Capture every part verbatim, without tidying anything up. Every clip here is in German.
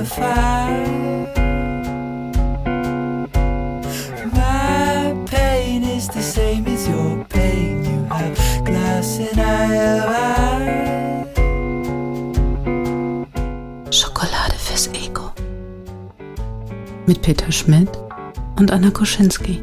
fire. My pain is the same as your pain. You have glass and I have ice. Schokolade fürs Ego. Mit Peter Schmidt und Anna Koschinski.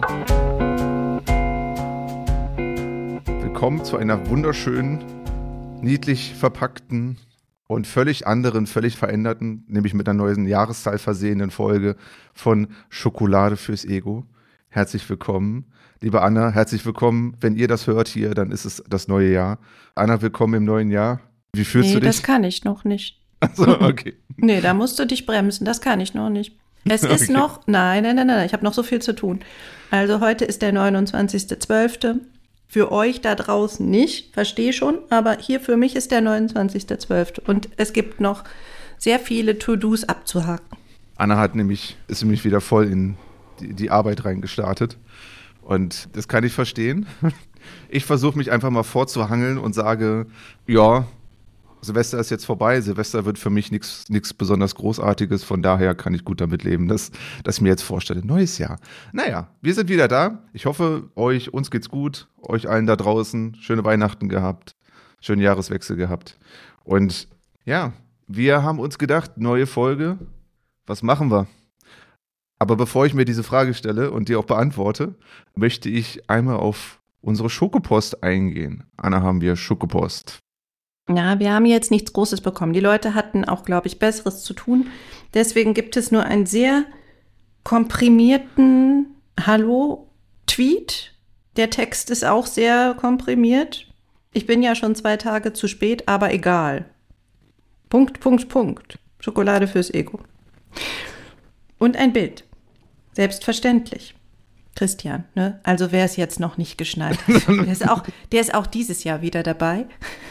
Willkommen zu einer wunderschönen, niedlich verpackten und völlig anderen, völlig veränderten, nämlich mit einer neuen Jahreszahl versehenen Folge von Schokolade fürs Ego. Herzlich willkommen. Liebe Anna, herzlich willkommen. Wenn ihr das hört hier, dann ist es das neue Jahr. Anna, willkommen im neuen Jahr. Wie fühlst nee, du dich? Das kann ich noch nicht. Achso, okay. Nee, da musst du dich bremsen. Das kann ich noch nicht. Es ist Okay. noch, nein, nein, nein, nein, ich habe noch so viel zu tun. Also heute ist der neunundzwanzigster zwölfte Für euch da draußen nicht, verstehe schon, aber hier für mich ist der neunundzwanzigster zwölfte Und es gibt noch sehr viele To-Dos abzuhaken. Anna hat nämlich, ist nämlich wieder voll in die, die Arbeit reingestartet. Und das kann ich verstehen. Ich versuche mich einfach mal vorzuhangeln und sage, ja, Silvester ist jetzt vorbei. Silvester wird für mich nichts nichts besonders Großartiges. Von daher kann ich gut damit leben, dass, dass ich mir jetzt vorstelle, neues Jahr. Naja, wir sind wieder da. Ich hoffe, euch, uns geht's gut. Euch allen da draußen. Schöne Weihnachten gehabt. Schönen Jahreswechsel gehabt. Und ja, wir haben uns gedacht, neue Folge. Was machen wir? Aber bevor ich mir diese Frage stelle und die auch beantworte, möchte ich einmal auf unsere Schokopost eingehen. Anna, haben wir Schokopost? Ja, wir haben jetzt nichts Großes bekommen. Die Leute hatten auch, glaube ich, Besseres zu tun. Deswegen gibt es nur einen sehr komprimierten Hallo-Tweet. Der Text ist auch sehr komprimiert. Ich bin ja schon zwei Tage zu spät, aber egal. Punkt, Punkt, Punkt. Schokolade fürs Ego. Und ein Bild. Selbstverständlich. Christian, ne? Also wer es jetzt noch nicht geschnallt hat, der ist auch, der ist auch dieses Jahr wieder dabei.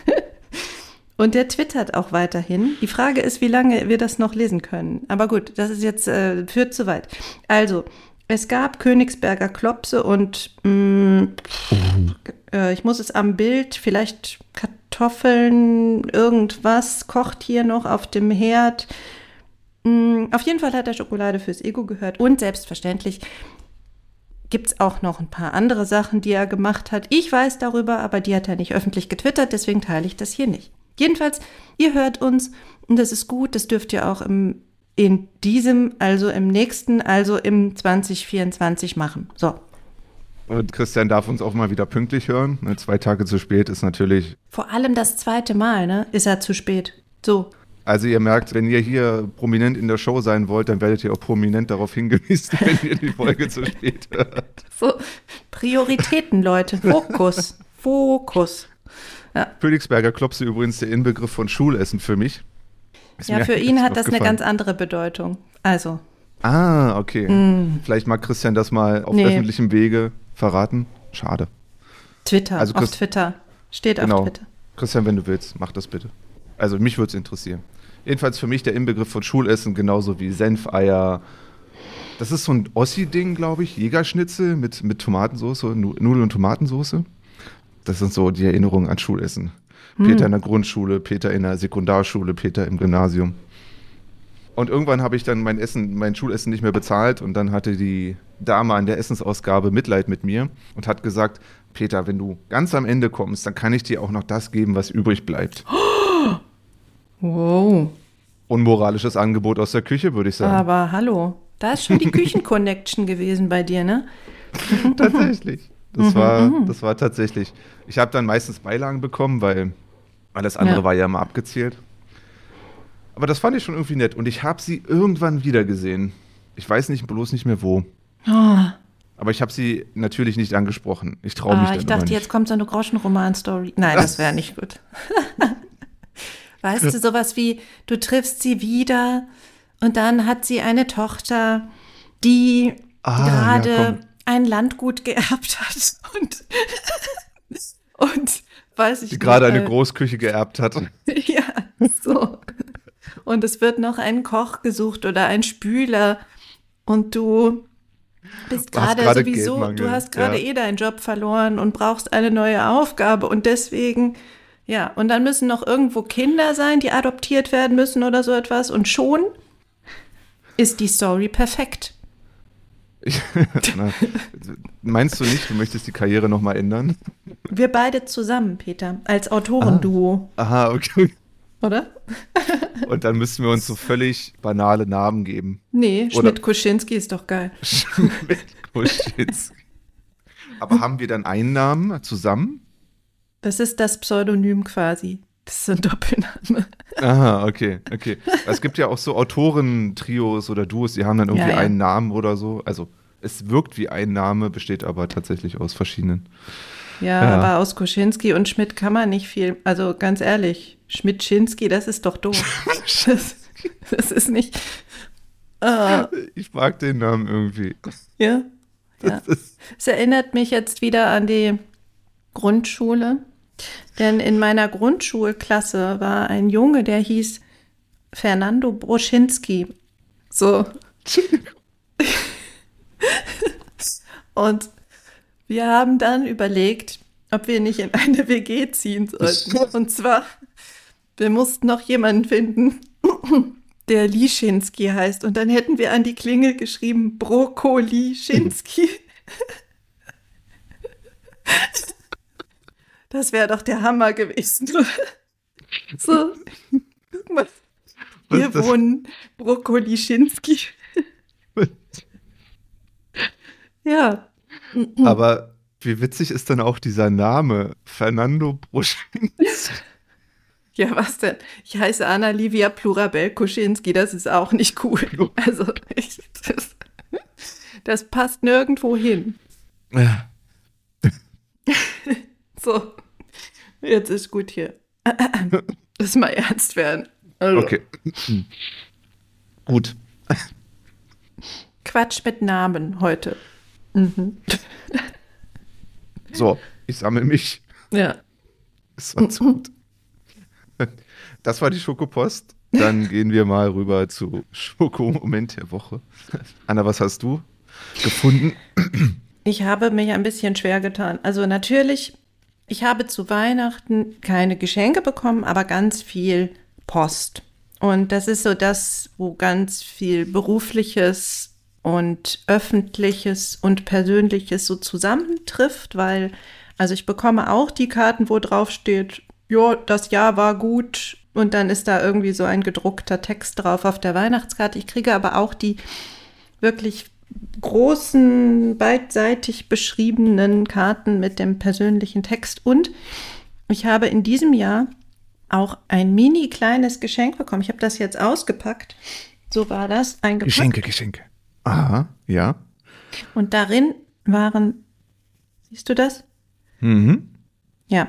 Und der twittert auch weiterhin. Die Frage ist, wie lange wir das noch lesen können. Aber gut, das ist jetzt, äh, führt zu weit. Also, es gab Königsberger Klopse und mh, äh, ich muss es am Bild, vielleicht Kartoffeln, irgendwas kocht hier noch auf dem Herd. Mh, auf jeden Fall hat er Schokolade fürs Ego gehört. Und selbstverständlich gibt es auch noch ein paar andere Sachen, die er gemacht hat. Ich weiß darüber, aber die hat er nicht öffentlich getwittert, deswegen teile ich das hier nicht. Jedenfalls, ihr hört uns und das ist gut, das dürft ihr auch im, in diesem, also im nächsten, also im zwanzig vierundzwanzig machen. So. Und Christian darf uns auch mal wieder pünktlich hören. Ne, zwei Tage zu spät ist natürlich... Vor allem das zweite Mal, ne, ist er zu spät. So. Also ihr merkt, wenn ihr hier prominent in der Show sein wollt, dann werdet ihr auch prominent darauf hingewiesen, wenn ihr die Folge zu spät hört. So, Prioritäten, Leute. Fokus. Fokus. Ja. Königsberger Klopse übrigens der Inbegriff von Schulessen für mich. Ist Ja, mir für eigentlich ihn hat das eine aufgefallen. ganz andere Bedeutung. Also, Ah, okay. Mm. Vielleicht mag Christian das mal auf Nee. öffentlichem Wege verraten. Schade. Twitter, Also auf Chris- Twitter. Steht Genau. auf Twitter. Christian, wenn du willst, mach das bitte. Also mich würde es interessieren. Jedenfalls für mich der Inbegriff von Schulessen genauso wie Senfeier. Das ist so ein Ossi-Ding, glaube ich. Jägerschnitzel mit, mit Tomatensauce, Nu- Nudeln und Tomatensauce. Das sind so die Erinnerungen an Schulessen. Hm. Peter in der Grundschule, Peter in der Sekundarschule, Peter im Gymnasium. Und irgendwann habe ich dann mein Essen, mein Schulessen nicht mehr bezahlt und dann hatte die Dame an der Essensausgabe Mitleid mit mir und hat gesagt, Peter, wenn du ganz am Ende kommst, dann kann ich dir auch noch das geben, was übrig bleibt. Wow. Unmoralisches Angebot aus der Küche, würde ich sagen. Aber hallo, da ist schon die Küchen-Connection gewesen bei dir, ne? Tatsächlich. Das, Mhm, war, mhm. das war tatsächlich. Ich habe dann meistens Beilagen bekommen, weil alles andere Ja. war ja immer abgezählt. Aber das fand ich schon irgendwie nett. Und ich habe sie irgendwann wieder gesehen. Ich weiß nicht, bloß nicht mehr wo. Oh. Aber ich habe sie natürlich nicht angesprochen. Ich traue mich Ah, dann ich immer dachte, nicht. jetzt kommt so eine Groschenroman-Story. Nein, das wäre nicht gut. Weißt du, sowas wie, du triffst sie wieder und dann hat sie eine Tochter, die Ah, gerade ja, komm. ein Landgut geerbt hat und, und weiß ich Die nicht. gerade eine äh, Großküche geerbt hat. Ja, so. Und es wird noch ein Koch gesucht oder ein Spüler und du bist Du hast gerade gerade sowieso, Geldmangel, du hast gerade ja. eh deinen Job verloren und brauchst eine neue Aufgabe und deswegen, ja, und dann müssen noch irgendwo Kinder sein, die adoptiert werden müssen oder so etwas und schon ist die Story perfekt. Ich, na, meinst du nicht, du möchtest die Karriere nochmal ändern? Wir beide zusammen, Peter, als Autorenduo. Aha, okay. Oder? Und dann müssen wir uns so völlig banale Namen geben. Nee, Oder- Schmidt-Kuschinski ist doch geil. Schmidt-Kuschinski. Aber haben wir dann einen Namen zusammen? Das ist das Pseudonym quasi. Das ist ein Doppelname. Aha, okay, okay. Es gibt ja auch so Autoren-Trios oder Duos, die haben dann irgendwie Ja, ja. einen Namen oder so. Also es wirkt wie ein Name, besteht aber tatsächlich aus verschiedenen. Ja, Ja. aber aus Kuschinski und Schmidt kann man nicht viel. Also ganz ehrlich, Schmidt-Schinski, das ist doch doof. das, das ist nicht. Ah, Ich mag den Namen irgendwie. ja. Ja. Das ist, Es erinnert mich jetzt wieder an die Grundschule. Denn in meiner Grundschulklasse war ein Junge, der hieß Fernando Broschinski. So. Und wir haben dann überlegt, ob wir nicht in eine W G ziehen sollten. Und zwar, wir mussten noch jemanden finden, der Lischinski heißt. Und dann hätten wir an die Klingel geschrieben, Brokkoli-Schinski. Das wäre doch der Hammer gewesen. So, guck mal, Was hier ist das? wohnen Brokkoli-Schinski. Ja, aber wie witzig ist dann auch dieser Name? Fernando Broschinski. ja, was denn? Ich heiße Anna Livia Plurabel Kuschinski, das ist auch nicht cool. Also, ich, das, das passt nirgendwo hin. Ja. So, jetzt ist gut hier. Lass mal ernst werden. Also, Okay. Gut. Quatsch mit Namen heute. Mhm. So, ich sammle mich. Ja. Das war zu gut. Das war die Schokopost. Dann gehen wir mal rüber zu Schokomoment der Woche. Anna, was hast du gefunden? Ich habe mich ein bisschen schwer getan. Also natürlich, ich habe zu Weihnachten keine Geschenke bekommen, aber ganz viel Post. Und das ist so das, wo ganz viel Berufliches und Öffentliches und Persönliches so zusammentrifft, weil, also ich bekomme auch die Karten, wo drauf steht, ja, das Jahr war gut und dann ist da irgendwie so ein gedruckter Text drauf auf der Weihnachtskarte. Ich kriege aber auch die wirklich großen, beidseitig beschriebenen Karten mit dem persönlichen Text. Und ich habe in diesem Jahr auch ein mini kleines Geschenk bekommen. Ich habe das jetzt ausgepackt. So war das, eingepackt. Geschenke, Geschenke. Aha, ja. Und darin waren, siehst du das? Mhm. Ja.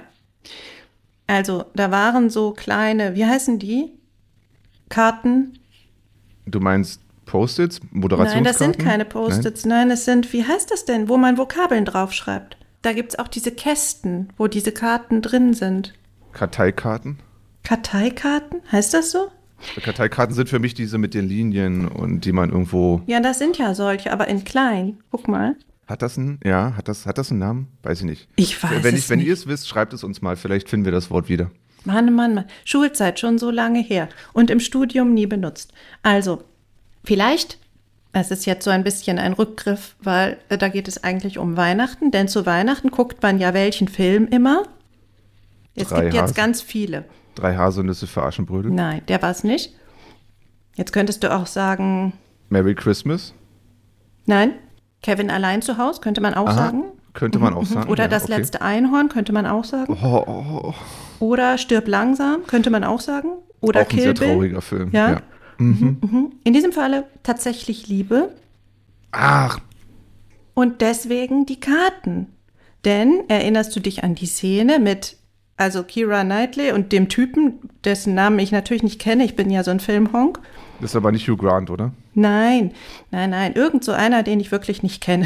Also da waren so kleine, wie heißen die? Karten. Du meinst Post-its, Moderationskarten? Nein, das sind keine Post-its. Nein, es sind, wie heißt das denn, wo man Vokabeln draufschreibt? Da gibt es auch diese Kästen, wo diese Karten drin sind. Nein. Karteikarten? Karteikarten? Heißt das so? Karteikarten sind für mich diese mit den Linien und die man irgendwo. Ja, das sind ja solche, aber in klein. Guck mal. Hat das einen, ja, hat das, hat das einen Namen? Weiß ich nicht. Ich weiß wenn es ich, wenn nicht. ihr es wisst, schreibt es uns mal. Vielleicht finden wir das Wort wieder. Mann, Mann, Mann. Schulzeit schon so lange her und im Studium nie benutzt. Also, vielleicht, das ist jetzt so ein bisschen ein Rückgriff, weil äh, da geht es eigentlich um Weihnachten, denn zu Weihnachten guckt man ja welchen Film immer? Es Drei gibt jetzt Hasen. ganz viele. Drei Haselnüsse für Aschenbrödel. Nein, der war es nicht. Jetzt könntest du auch sagen, Merry Christmas. nein, Kevin allein zu Hause, könnte man auch Aha, sagen. könnte man auch sagen. Oder ja, das okay. letzte Einhorn, könnte man auch sagen. Oh, oh, oh. Oder Stirb langsam, könnte man auch sagen. Oder Auch ein Kill sehr Bill. trauriger Film. Ja. Ja. Mhm. Mhm. In diesem Falle tatsächlich Liebe Ach, und deswegen die Karten. Denn erinnerst du dich an die Szene mit, also Keira Knightley und dem Typen, dessen Namen ich natürlich nicht kenne, ich bin ja so ein Filmhonk. das ist aber nicht Hugh Grant, oder? Nein, nein, nein, irgend so einer, den ich wirklich nicht kenne.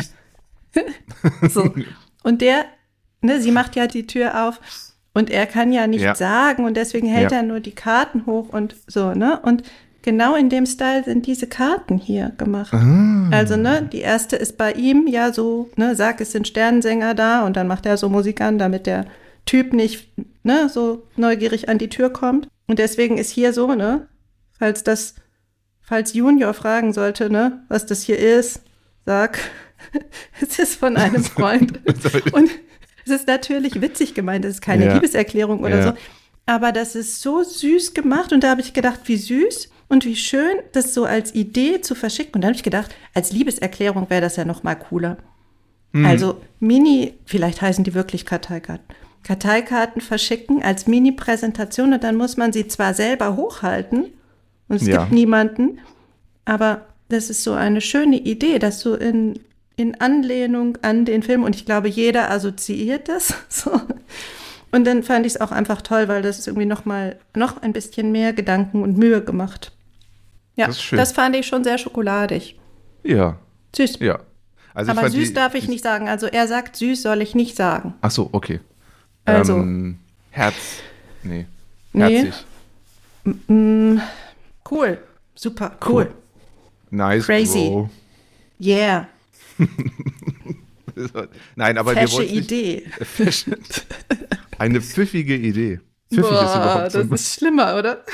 So. Und der, ne, sie macht ja die Tür auf und er kann ja nichts Ja. sagen und deswegen hält Ja. er nur die Karten hoch und so, ne? Und genau in dem Style sind diese Karten hier gemacht. Ah. Also, ne, die erste ist bei ihm ja so, ne, sag, es sind Sternensänger da und dann macht er so Musik an, damit der Typ nicht, ne, so neugierig an die Tür kommt. Und deswegen ist hier so, ne, falls das falls Junior fragen sollte, ne, was das hier ist, sag, es ist von einem Freund. Und es ist natürlich witzig gemeint, es ist keine Ja. Liebeserklärung oder Ja. so. Aber das ist so süß gemacht und da habe ich gedacht, wie süß und wie schön, das so als Idee zu verschicken. Und dann habe ich gedacht, als Liebeserklärung wäre das ja noch mal cooler. Hm. Also Mini, vielleicht heißen die wirklich Karteikarten. Karteikarten verschicken als Mini-Präsentation und dann muss man sie zwar selber hochhalten und es Ja. gibt niemanden, aber das ist so eine schöne Idee, das so in, in Anlehnung an den Film und ich glaube, jeder assoziiert das so. Und dann fand ich es auch einfach toll, weil das ist irgendwie noch mal noch ein bisschen mehr Gedanken und Mühe gemacht. Ja, Das ist schön. das fand ich schon sehr schokoladig. Ja, Süß. ja. Also ich Aber fand süß die, darf ich die, nicht sagen. Also er sagt, süß soll ich nicht sagen. Ach so, okay. Also. Ähm, Herz. Nee. Nee. Herzig. Mm, cool. Super. Cool. Nice, Crazy. Bro. Yeah. Nein, aber wir Fesche wollten nicht, Idee. eine pfiffige Idee. Pfiffig ist Boah, überhaupt so. das ist schlimmer, oder?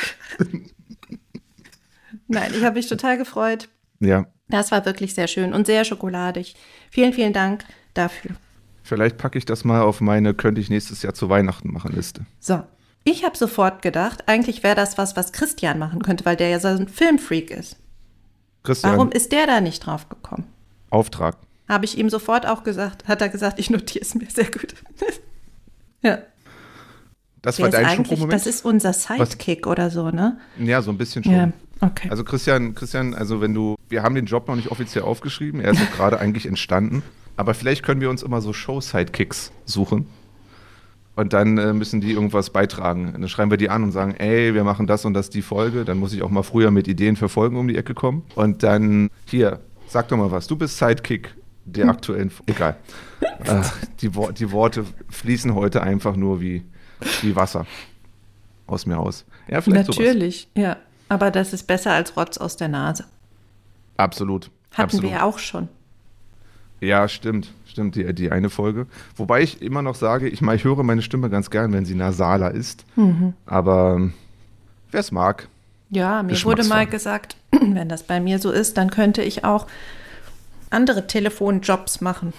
Nein, ich habe mich total gefreut. Ja, Das war wirklich sehr schön und sehr schokoladig. Vielen, vielen Dank dafür. vielleicht packe ich das mal auf meine könnte ich nächstes Jahr zu Weihnachten machen Liste. So, ich habe sofort gedacht, eigentlich wäre das was, was Christian machen könnte, weil der ja so ein Filmfreak ist. Christian, Warum ist der da nicht drauf gekommen? Auftrag. Habe ich ihm sofort auch gesagt, hat er gesagt, ich notiere es mir sehr gut. Ja. Das Der war ist dein eigentlich, Schokomoment? das ist unser Sidekick oder so, ne? Ja, so ein bisschen schon. Ja, okay. Also Christian, Christian, also wenn du, wir haben den Job noch nicht offiziell aufgeschrieben, er ist auch gerade eigentlich entstanden, aber vielleicht können wir uns immer so Show-Sidekicks suchen und dann äh, müssen die irgendwas beitragen. Und dann schreiben wir die an und sagen, ey, wir machen das und das die Folge, dann muss ich auch mal früher mit Ideen für Folgen um die Ecke kommen und dann, hier, sag doch mal was, du bist Sidekick der aktuellen, egal. Ach, die, Wo- die Worte fließen heute einfach nur wie, wie Wasser aus mir aus. Ja, vielleicht sowas. Natürlich, ja. Aber das ist besser als Rotz aus der Nase. Absolut. Hatten absolut. wir ja auch schon. Ja, stimmt. Stimmt, die, die eine Folge. Wobei ich immer noch sage, ich, mal, ich höre meine Stimme ganz gern, wenn sie nasaler ist. Mhm. Aber wer es mag. Ja, mir wurde Geschmacksfrage. mal gesagt, wenn das bei mir so ist, dann könnte ich auch andere Telefonjobs machen.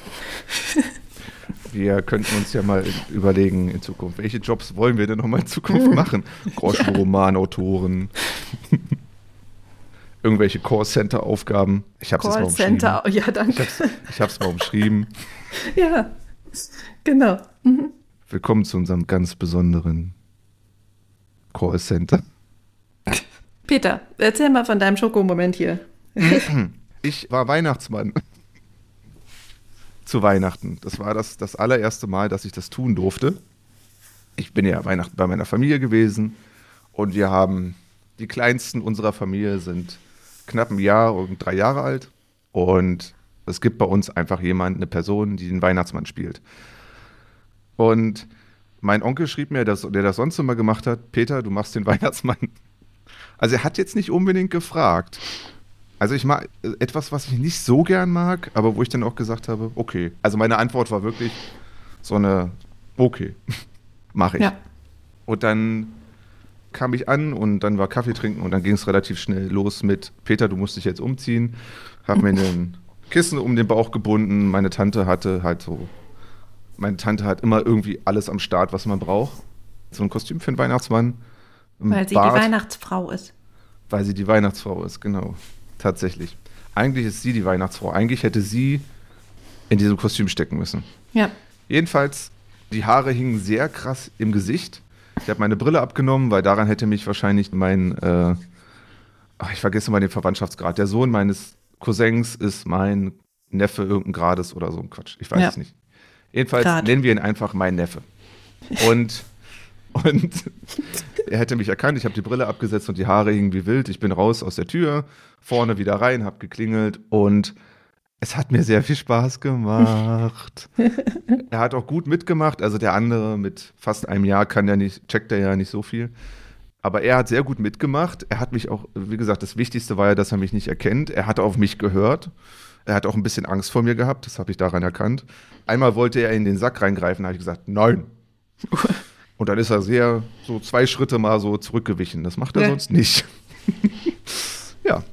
Wir könnten uns ja mal überlegen in Zukunft, welche Jobs wollen wir denn noch mal in Zukunft machen? Groschenromanautoren, irgendwelche Callcenter-Aufgaben. Ich habe es mal umschrieben. Callcenter, ja, Ich danke. habe ich hab's mal umschrieben. Ja, genau. Mhm. Willkommen zu unserem ganz besonderen Callcenter. Peter, erzähl mal von deinem Schokomoment hier. Ich war Weihnachtsmann. Zu Weihnachten. Das war das, das allererste Mal, dass ich das tun durfte. Ich bin ja Weihnachten bei meiner Familie gewesen und wir haben, die Kleinsten unserer Familie sind knapp ein Jahr und drei Jahre alt und es gibt bei uns einfach jemanden, eine Person, die den Weihnachtsmann spielt. Und mein Onkel schrieb mir, dass, der das sonst immer gemacht hat, Peter, du machst den Weihnachtsmann. Also er hat jetzt nicht unbedingt gefragt. Also ich mag etwas, was ich nicht so gern mag, aber wo ich dann auch gesagt habe, okay. Also meine Antwort war wirklich so eine, okay, mache ich. Ja. Und dann kam ich an und dann war Kaffee trinken und dann ging es relativ schnell los mit, Peter, du musst dich jetzt umziehen. Hab mir ein Kissen um den Bauch gebunden. Meine Tante hatte halt so, meine Tante hat immer irgendwie alles am Start, was man braucht. So ein Kostüm für einen Weihnachtsmann. ein Weil sie Bart, die Weihnachtsfrau ist. Weil sie die Weihnachtsfrau ist, genau. Tatsächlich. Eigentlich ist sie die Weihnachtsfrau. Eigentlich hätte sie in diesem Kostüm stecken müssen. Ja. Jedenfalls, die Haare hingen sehr krass im Gesicht. Ich habe meine Brille abgenommen, weil daran hätte mich wahrscheinlich mein, äh, ach, ich vergesse mal den Verwandtschaftsgrad. Der Sohn meines Cousins ist mein Neffe irgendein Grades oder so ein Quatsch. Ich weiß Ja. es nicht. Jedenfalls Grad. nennen wir ihn einfach mein Neffe. Und, und er hätte mich erkannt. Ich habe die Brille abgesetzt und die Haare hingen wie wild. Ich bin raus aus der Tür, vorne wieder rein, habe geklingelt und es hat mir sehr viel Spaß gemacht. Er hat auch gut mitgemacht. Also der andere mit fast einem Jahr kann ja nicht, checkt er ja nicht so viel. Aber er hat sehr gut mitgemacht. Er hat mich auch, wie gesagt, das Wichtigste war ja, dass er mich nicht erkennt. Er hat auf mich gehört. Er hat auch ein bisschen Angst vor mir gehabt. Das habe ich daran erkannt. Einmal wollte er in den Sack reingreifen. Da habe ich gesagt, nein. Und dann ist er sehr, so zwei Schritte mal so zurückgewichen. Das macht er Ja. sonst nicht. Ja,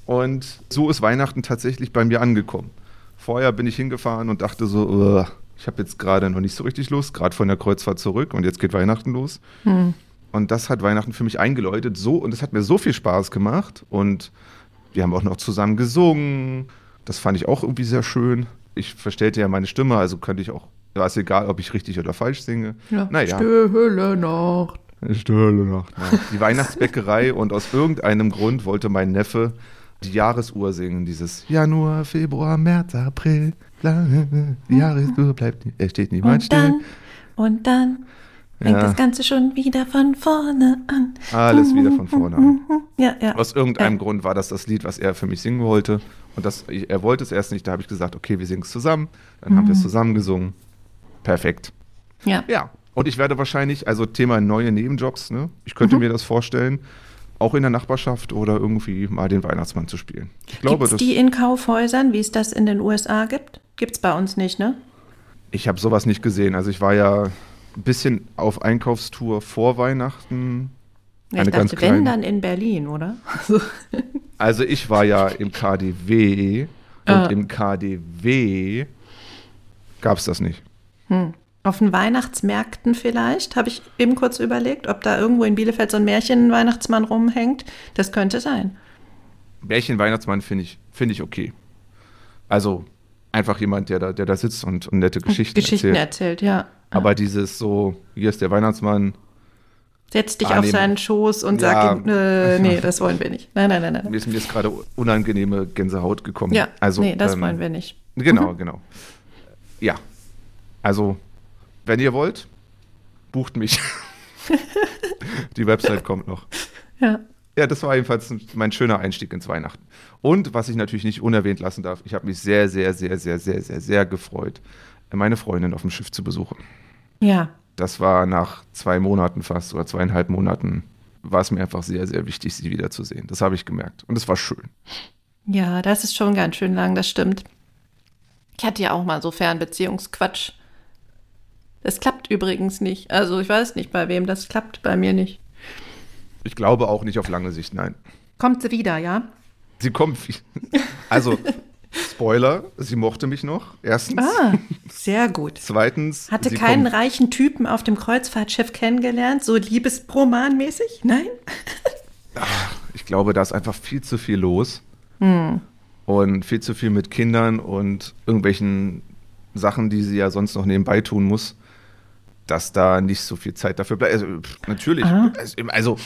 Und so ist Weihnachten tatsächlich bei mir angekommen. Vorher bin ich hingefahren und dachte so, uh, ich habe jetzt gerade noch nicht so richtig Lust, gerade von der Kreuzfahrt zurück und jetzt geht Weihnachten los. Hm. Und das hat Weihnachten für mich eingeläutet so und es hat mir so viel Spaß gemacht und wir haben auch noch zusammen gesungen. Das fand ich auch irgendwie sehr schön. Ich verstellte ja meine Stimme, also könnte ich auch, war es egal, ob ich richtig oder falsch singe. Ja. Naja. Stille Nacht. Stille Nacht. Ja. Die Weihnachtsbäckerei und aus irgendeinem Grund wollte mein Neffe die Jahresuhr singen. Dieses Januar, Februar, März, April. Die Jahresuhr bleibt, er steht niemand und dann, still. Und dann fängt Ja. das Ganze schon wieder von vorne an. Alles wieder von vorne an. Ja, ja. Aus irgendeinem Ja. Grund war das das Lied, was er für mich singen wollte. Und das, er wollte es erst nicht. Da habe ich gesagt, okay, wir singen es zusammen. Dann Mhm. haben wir es zusammen gesungen. Perfekt. Ja. Ja. Und ich werde wahrscheinlich, also Thema neue Nebenjobs, ne? Ich könnte Mhm. mir das vorstellen, auch in der Nachbarschaft oder irgendwie mal den Weihnachtsmann zu spielen. Ich glaube, Gibt es das, die in Kaufhäusern, wie es das in den U S A gibt? Gibt es bei uns nicht, ne? ich habe sowas nicht gesehen. Also ich war ja ein bisschen auf Einkaufstour vor Weihnachten. Ja, Eine ich ganz dachte, wenn, kleine. dann in Berlin, oder? Also ich war ja im K D W und Ah. im K D W gab es das nicht. Hm. Auf den Weihnachtsmärkten vielleicht, habe ich eben kurz überlegt, ob da irgendwo in Bielefeld so ein Märchen-Weihnachtsmann rumhängt. Das könnte sein. Märchen-Weihnachtsmann finde ich, find ich okay. Also einfach jemand, der da, der da sitzt und, und nette Geschichten, Geschichten erzählt. erzählt, ja. Aber dieses so, hier ist der Weihnachtsmann, Setz dich Ah, auf nee. seinen Schoß und Ja. sag ihm, äh, nee, das wollen wir nicht. Nein, nein, nein, nein. mir ist mir jetzt gerade unangenehme Gänsehaut gekommen. Ja, also, nee, das ähm, wollen wir nicht. Genau, genau. Ja, also wenn ihr wollt, bucht mich. Die Website kommt noch. Ja. Ja, das war jedenfalls mein schöner Einstieg ins Weihnachten. Und was ich natürlich nicht unerwähnt lassen darf, ich habe mich sehr, sehr, sehr, sehr, sehr, sehr, sehr gefreut, meine Freundin auf dem Schiff zu besuchen. Ja. Das war nach zwei Monaten fast oder zweieinhalb Monaten, war es mir einfach sehr, sehr wichtig, sie wiederzusehen. Das habe ich gemerkt. Und es war schön. Ja, das ist schon ganz schön lang, das stimmt. Ich hatte ja auch mal so Fernbeziehungsquatsch. Das klappt übrigens nicht. Also ich weiß nicht, bei wem das klappt, bei mir nicht. Ich glaube auch nicht auf lange Sicht, nein. Kommt sie wieder, ja? Sie kommt, wie- also Spoiler, sie mochte mich noch, erstens. Ah, sehr gut. Zweitens, Hatte sie keinen kommt, reichen Typen auf dem Kreuzfahrtschiff kennengelernt, so Liebesromanmäßig? Nein? ich glaube, da ist einfach viel zu viel los. Hm. Und viel zu viel mit Kindern und irgendwelchen Sachen, die sie ja sonst noch nebenbei tun muss, dass da nicht so viel Zeit dafür bleibt. Also, pff, natürlich, Ah. also, also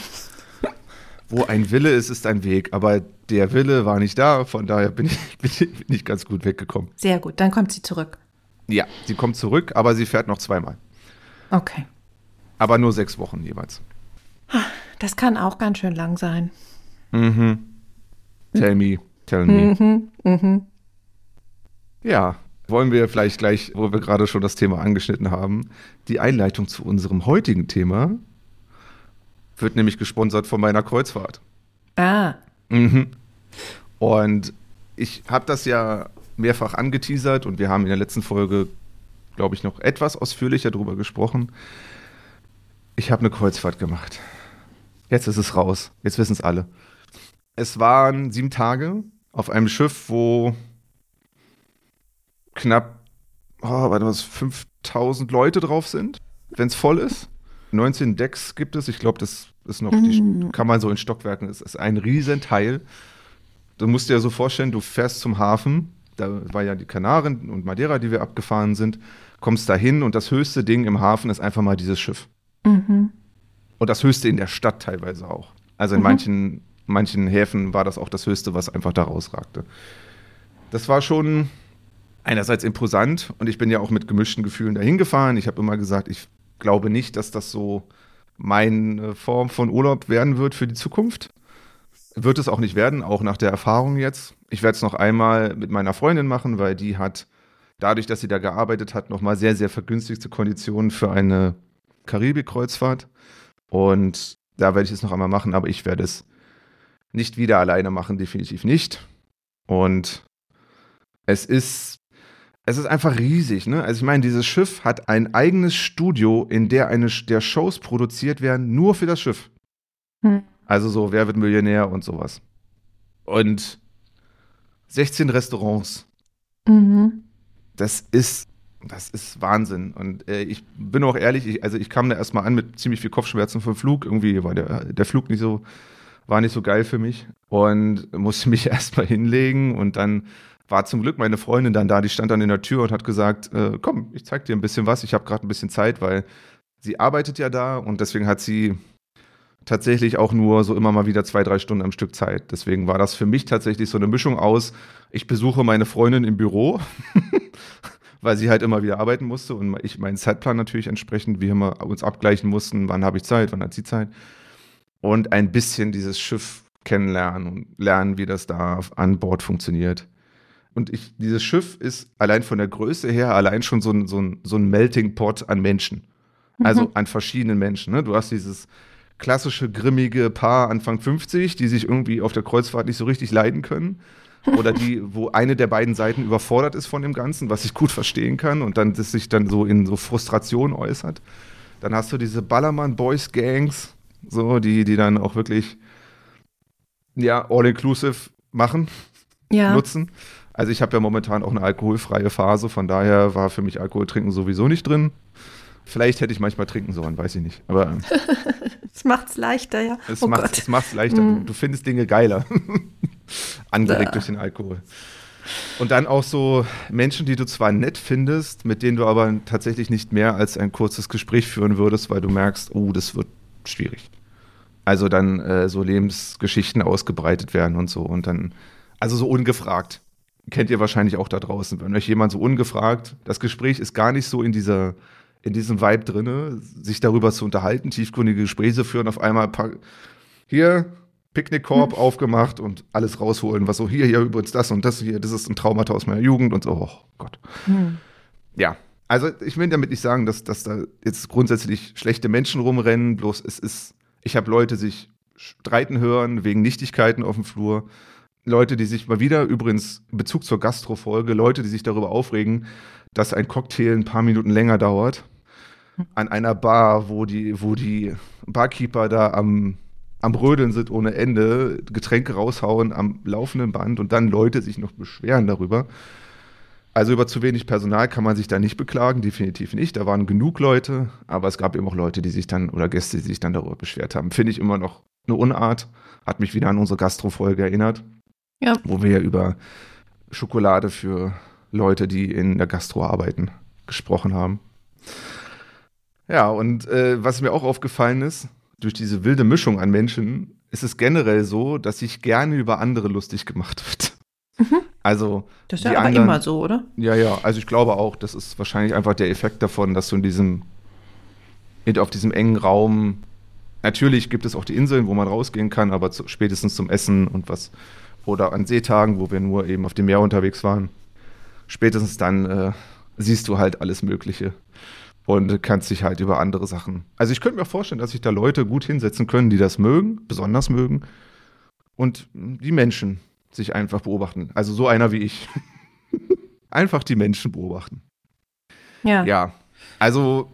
wo ein Wille ist, ist ein Weg, aber der Wille war nicht da, von daher bin ich, bin ich, bin ich ganz gut weggekommen. Sehr gut, dann kommt sie zurück. Ja, sie kommt zurück, aber sie fährt noch zweimal. Okay. Aber nur sechs Wochen jeweils. Das kann auch ganz schön lang sein. Mhm. Tell me, tell me. Mhm, mhm. Ja, wollen wir vielleicht gleich, wo wir gerade schon das Thema angeschnitten haben, die Einleitung zu unserem heutigen Thema wird nämlich gesponsert von meiner Kreuzfahrt. Ah, Mhm. Und ich habe das ja mehrfach angeteasert und wir haben in der letzten Folge, glaube ich, noch etwas ausführlicher darüber gesprochen. Ich habe eine Kreuzfahrt gemacht. Jetzt ist es raus. Jetzt wissen es alle. Es waren sieben Tage auf einem Schiff, wo knapp, oh, warte mal, fünftausend Leute drauf sind, wenn es voll ist. neunzehn Decks gibt es. Ich glaube, das ist noch, die kann man so in Stockwerken, das ist ein Riesenteil. Du musst dir ja so vorstellen, du fährst zum Hafen, da war ja die Kanaren und Madeira, die wir abgefahren sind, kommst da hin und das höchste Ding im Hafen ist einfach mal dieses Schiff. mhm. Und das höchste in der Stadt teilweise auch. Also in Mhm. manchen, manchen Häfen war das auch das höchste, was einfach da rausragte. Das war schon einerseits imposant und ich bin ja auch mit gemischten Gefühlen dahin gefahren. Ich habe immer gesagt, ich glaube nicht, dass das so meine Form von Urlaub werden wird für die Zukunft. Wird es auch nicht werden, auch nach der Erfahrung jetzt. Ich werde es noch einmal mit meiner Freundin machen, weil die hat, dadurch, dass sie da gearbeitet hat, nochmal sehr, sehr vergünstigte Konditionen für eine Karibik-Kreuzfahrt. Und da werde ich es noch einmal machen, aber ich werde es nicht wieder alleine machen, definitiv nicht. Und es ist, es ist einfach riesig, ne? Also ich meine, dieses Schiff hat ein eigenes Studio, in der eine der Shows produziert werden, nur für das Schiff. Hm. Also so, wer wird Millionär und sowas. Und sechzehn Restaurants. Mhm. Das ist, das ist Wahnsinn. Und äh, ich bin auch ehrlich, ich, also ich kam da erstmal an mit ziemlich viel Kopfschmerzen vom Flug. Irgendwie war der, der Flug nicht so, war nicht so geil für mich. Und musste mich erstmal hinlegen. Und dann war zum Glück meine Freundin dann da, die stand dann in der Tür und hat gesagt, äh, komm, ich zeig dir ein bisschen was. Ich habe gerade ein bisschen Zeit, weil sie arbeitet ja da und deswegen hat sie tatsächlich auch nur so immer mal wieder zwei, drei Stunden am Stück Zeit. Deswegen war das für mich tatsächlich so eine Mischung aus, ich besuche meine Freundin im Büro, weil sie halt immer wieder arbeiten musste und ich meinen Zeitplan natürlich entsprechend, wie immer uns abgleichen mussten, wann habe ich Zeit, wann hat sie Zeit. Und ein bisschen dieses Schiff kennenlernen und lernen, wie das da an Bord funktioniert. Und ich, dieses Schiff ist allein von der Größe her allein schon so ein, so ein, so ein Melting Pot an Menschen. Also Mhm. an verschiedenen Menschen. Ne? Du hast dieses klassische, grimmige Paar Anfang fünfzig, die sich irgendwie auf der Kreuzfahrt nicht so richtig leiden können. Oder die, wo eine der beiden Seiten überfordert ist von dem Ganzen, was ich gut verstehen kann und dann das sich dann so in so Frustration äußert. Dann hast du diese Ballermann-Boys-Gangs, so, die, die dann auch wirklich ja, all-inclusive machen, Ja. nutzen. Also ich habe ja momentan auch eine alkoholfreie Phase, von daher war für mich Alkohol trinken sowieso nicht drin. Vielleicht hätte ich manchmal trinken sollen, weiß ich nicht. Aber ähm, Das macht's leichter, ja. es oh macht Gott. es macht's leichter. Mm. Du, du findest Dinge geiler. Angeregt Ja. durch den Alkohol. Und dann auch so Menschen, die du zwar nett findest, mit denen du aber tatsächlich nicht mehr als ein kurzes Gespräch führen würdest, weil du merkst, oh, das wird schwierig. Also dann äh, so Lebensgeschichten ausgebreitet werden und so. Und dann, also so ungefragt. Kennt ihr wahrscheinlich auch da draußen. Wenn euch jemand so ungefragt, das Gespräch ist gar nicht so in dieser, in diesem Vibe drinne, sich darüber zu unterhalten, tiefgründige Gespräche führen, auf einmal pa- hier Picknickkorb Hm. aufgemacht und alles rausholen, was so hier, hier übrigens das und das hier, das ist ein Traumata aus meiner Jugend und so, oh Gott. Hm. Ja, also ich will damit nicht sagen, dass, dass da jetzt grundsätzlich schlechte Menschen rumrennen, bloß es ist, ich habe Leute sich streiten hören wegen Nichtigkeiten auf dem Flur, Leute, die sich mal wieder, übrigens in Bezug zur Gastro-Folge, Leute, die sich darüber aufregen, dass ein Cocktail ein paar Minuten länger dauert, an einer Bar, wo die, wo die Barkeeper da am, am Rödeln sind ohne Ende, Getränke raushauen am laufenden Band und dann Leute sich noch beschweren darüber. Also über zu wenig Personal kann man sich da nicht beklagen, definitiv nicht. Da waren genug Leute, aber es gab eben auch Leute, die sich dann, oder Gäste, die sich dann darüber beschwert haben. Finde ich immer noch eine Unart. Hat mich wieder an unsere Gastro-Folge erinnert, Ja. wo wir über Schokolade für Leute, die in der Gastro arbeiten, gesprochen haben. Ja, und äh, was mir auch aufgefallen ist, durch diese wilde Mischung an Menschen, ist es generell so, dass sich gerne über andere lustig gemacht wird. Mhm. Also Das ist die ja aber anderen, immer so, oder? ja, ja, also ich glaube auch, das ist wahrscheinlich einfach der Effekt davon, dass du in diesem, in- auf diesem engen Raum, natürlich gibt es auch die Inseln, wo man rausgehen kann, aber zu, spätestens zum Essen und was, oder an Seetagen, wo wir nur eben auf dem Meer unterwegs waren, spätestens dann äh, siehst du halt alles Mögliche und kannst dich halt über andere Sachen. Also ich könnte mir vorstellen, dass sich da Leute gut hinsetzen können, die das mögen, besonders mögen, und die Menschen sich einfach beobachten. Also so einer wie ich. Einfach die Menschen beobachten. Ja. Ja, also,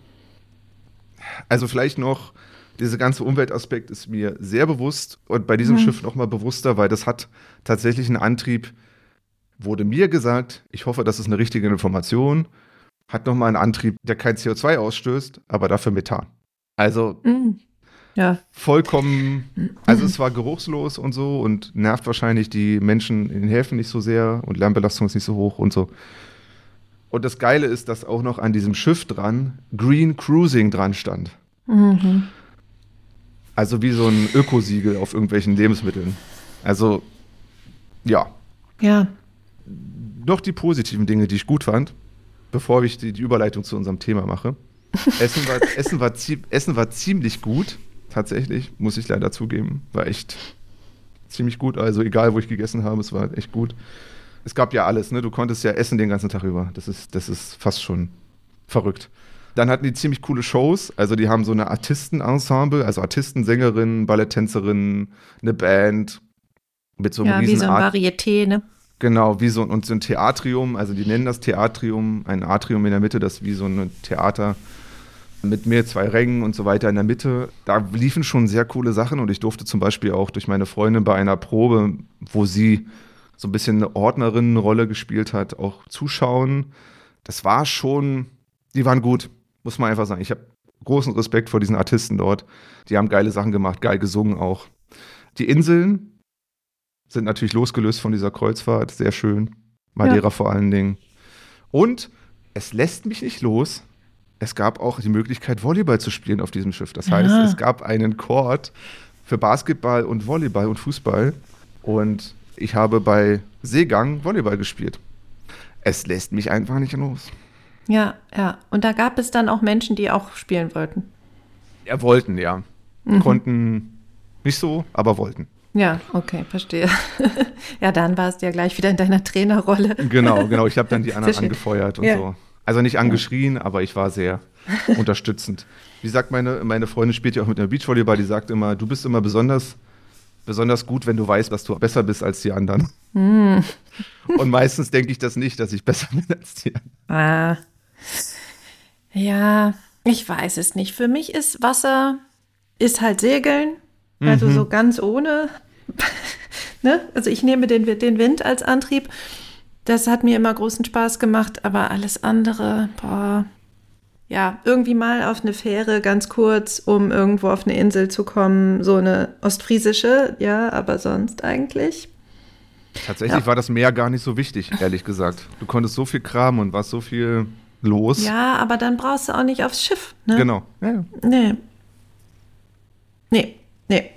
also vielleicht noch, dieser ganze Umweltaspekt ist mir sehr bewusst und bei diesem Mhm. Schiff noch mal bewusster, weil das hat tatsächlich einen Antrieb, wurde mir gesagt, ich hoffe, das ist eine richtige Information, hat noch mal einen Antrieb, der kein C O zwei ausstößt, aber dafür Methan. Also Mhm. Ja. vollkommen, also es war geruchslos und so und nervt wahrscheinlich die Menschen in den Häfen nicht so sehr und Lärmbelastung ist nicht so hoch und so. Und das Geile ist, dass auch noch an diesem Schiff dran Green Cruising dran stand. Mhm. Also wie so ein Ökosiegel auf irgendwelchen Lebensmitteln. Also, ja. Ja. Noch die positiven Dinge, die ich gut fand, bevor ich die, die Überleitung zu unserem Thema mache. Essen war, Essen, war zie- Essen war ziemlich gut, tatsächlich, muss ich leider zugeben. War echt ziemlich gut. Also egal, wo ich gegessen habe, es war echt gut. Es gab ja alles, ne? Du konntest ja essen den ganzen Tag über. Das ist, das ist fast schon verrückt. Dann hatten die ziemlich coole Shows. Also die haben so eine Artistenensemble, also Artisten, Sängerinnen, Balletttänzerinnen, eine Band mit so einem Ja, wie riesen so ein Art- Varieté, ne? Genau, wie so, und so ein Theatrium, also die nennen das Theatrium, ein Atrium in der Mitte, das wie so ein Theater mit mir zwei Rängen und so weiter in der Mitte. Da liefen schon sehr coole Sachen und ich durfte zum Beispiel auch durch meine Freundin bei einer Probe, wo sie so ein bisschen eine Ordnerinnenrolle gespielt hat, auch zuschauen. Das war schon, die waren gut, muss man einfach sagen. Ich habe großen Respekt vor diesen Artisten dort. Die haben geile Sachen gemacht, geil gesungen auch. Die Inseln sind natürlich losgelöst von dieser Kreuzfahrt, sehr schön. Madeira ja. vor allen Dingen. Und es lässt mich nicht los. Es gab auch die Möglichkeit, Volleyball zu spielen auf diesem Schiff. Das heißt, ja. es gab einen Court für Basketball und Volleyball und Fußball. Und ich habe bei Seegang Volleyball gespielt. Es lässt mich einfach nicht los. Ja, ja. Und da gab es dann auch Menschen, die auch spielen wollten. Ja, wollten, ja. Mhm. Konnten nicht so, aber wollten. Ja, okay, verstehe. Ja, dann warst du ja gleich wieder in deiner Trainerrolle. Genau, genau. Ich habe dann die anderen angefeuert und ja. so. Also nicht angeschrien, aber ich war sehr unterstützend. Wie sagt meine, meine Freundin, spielt ja auch mit dem Beachvolleyball, die sagt immer, du bist immer besonders, besonders gut, wenn du weißt, dass du besser bist als die anderen. Mm. Und meistens denke ich das nicht, dass ich besser bin als die anderen. Ah. Ja, ich weiß es nicht. Für mich ist Wasser, ist halt Segeln, also mhm. so ganz ohne. Ne? Also ich nehme den, den Wind als Antrieb. Das hat mir immer großen Spaß gemacht, aber alles andere, boah. Ja, irgendwie mal auf eine Fähre, ganz kurz, um irgendwo auf eine Insel zu kommen, so eine ostfriesische, ja, aber sonst eigentlich. Tatsächlich ja. war das Meer gar nicht so wichtig, ehrlich gesagt. Du konntest so viel kramen und warst so viel los. Ja, aber dann brauchst du auch nicht aufs Schiff, ne? Genau. Ja. Nee. Nee, nee.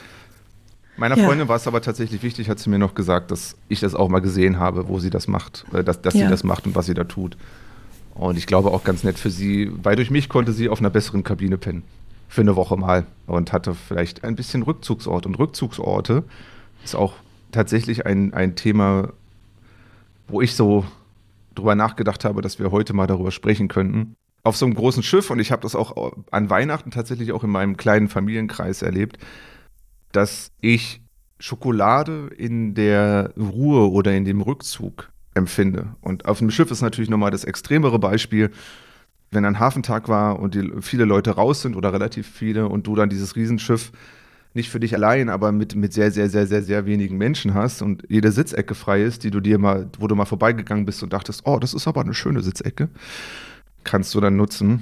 Meiner ja. Freundin war es aber tatsächlich wichtig, hat sie mir noch gesagt, dass ich das auch mal gesehen habe, wo sie das macht, dass, dass ja. sie das macht und was sie da tut. Und ich glaube auch ganz nett für sie, weil durch mich konnte sie auf einer besseren Kabine pennen. Für eine Woche mal. Und hatte vielleicht ein bisschen Rückzugsort. Und Rückzugsorte ist auch tatsächlich ein, ein Thema, wo ich so drüber nachgedacht habe, dass wir heute mal darüber sprechen könnten. Auf so einem großen Schiff, und ich habe das auch an Weihnachten tatsächlich auch in meinem kleinen Familienkreis erlebt, dass ich Schokolade in der Ruhe oder in dem Rückzug empfinde. Und auf dem Schiff ist natürlich nochmal das extremere Beispiel, wenn ein Hafentag war und die, viele Leute raus sind oder relativ viele und du dann dieses Riesenschiff nicht für dich allein, aber mit, mit sehr, sehr, sehr, sehr, sehr wenigen Menschen hast und jede Sitzecke frei ist, die du dir mal, wo du mal vorbeigegangen bist und dachtest, oh, das ist aber eine schöne Sitzecke, kannst du dann nutzen.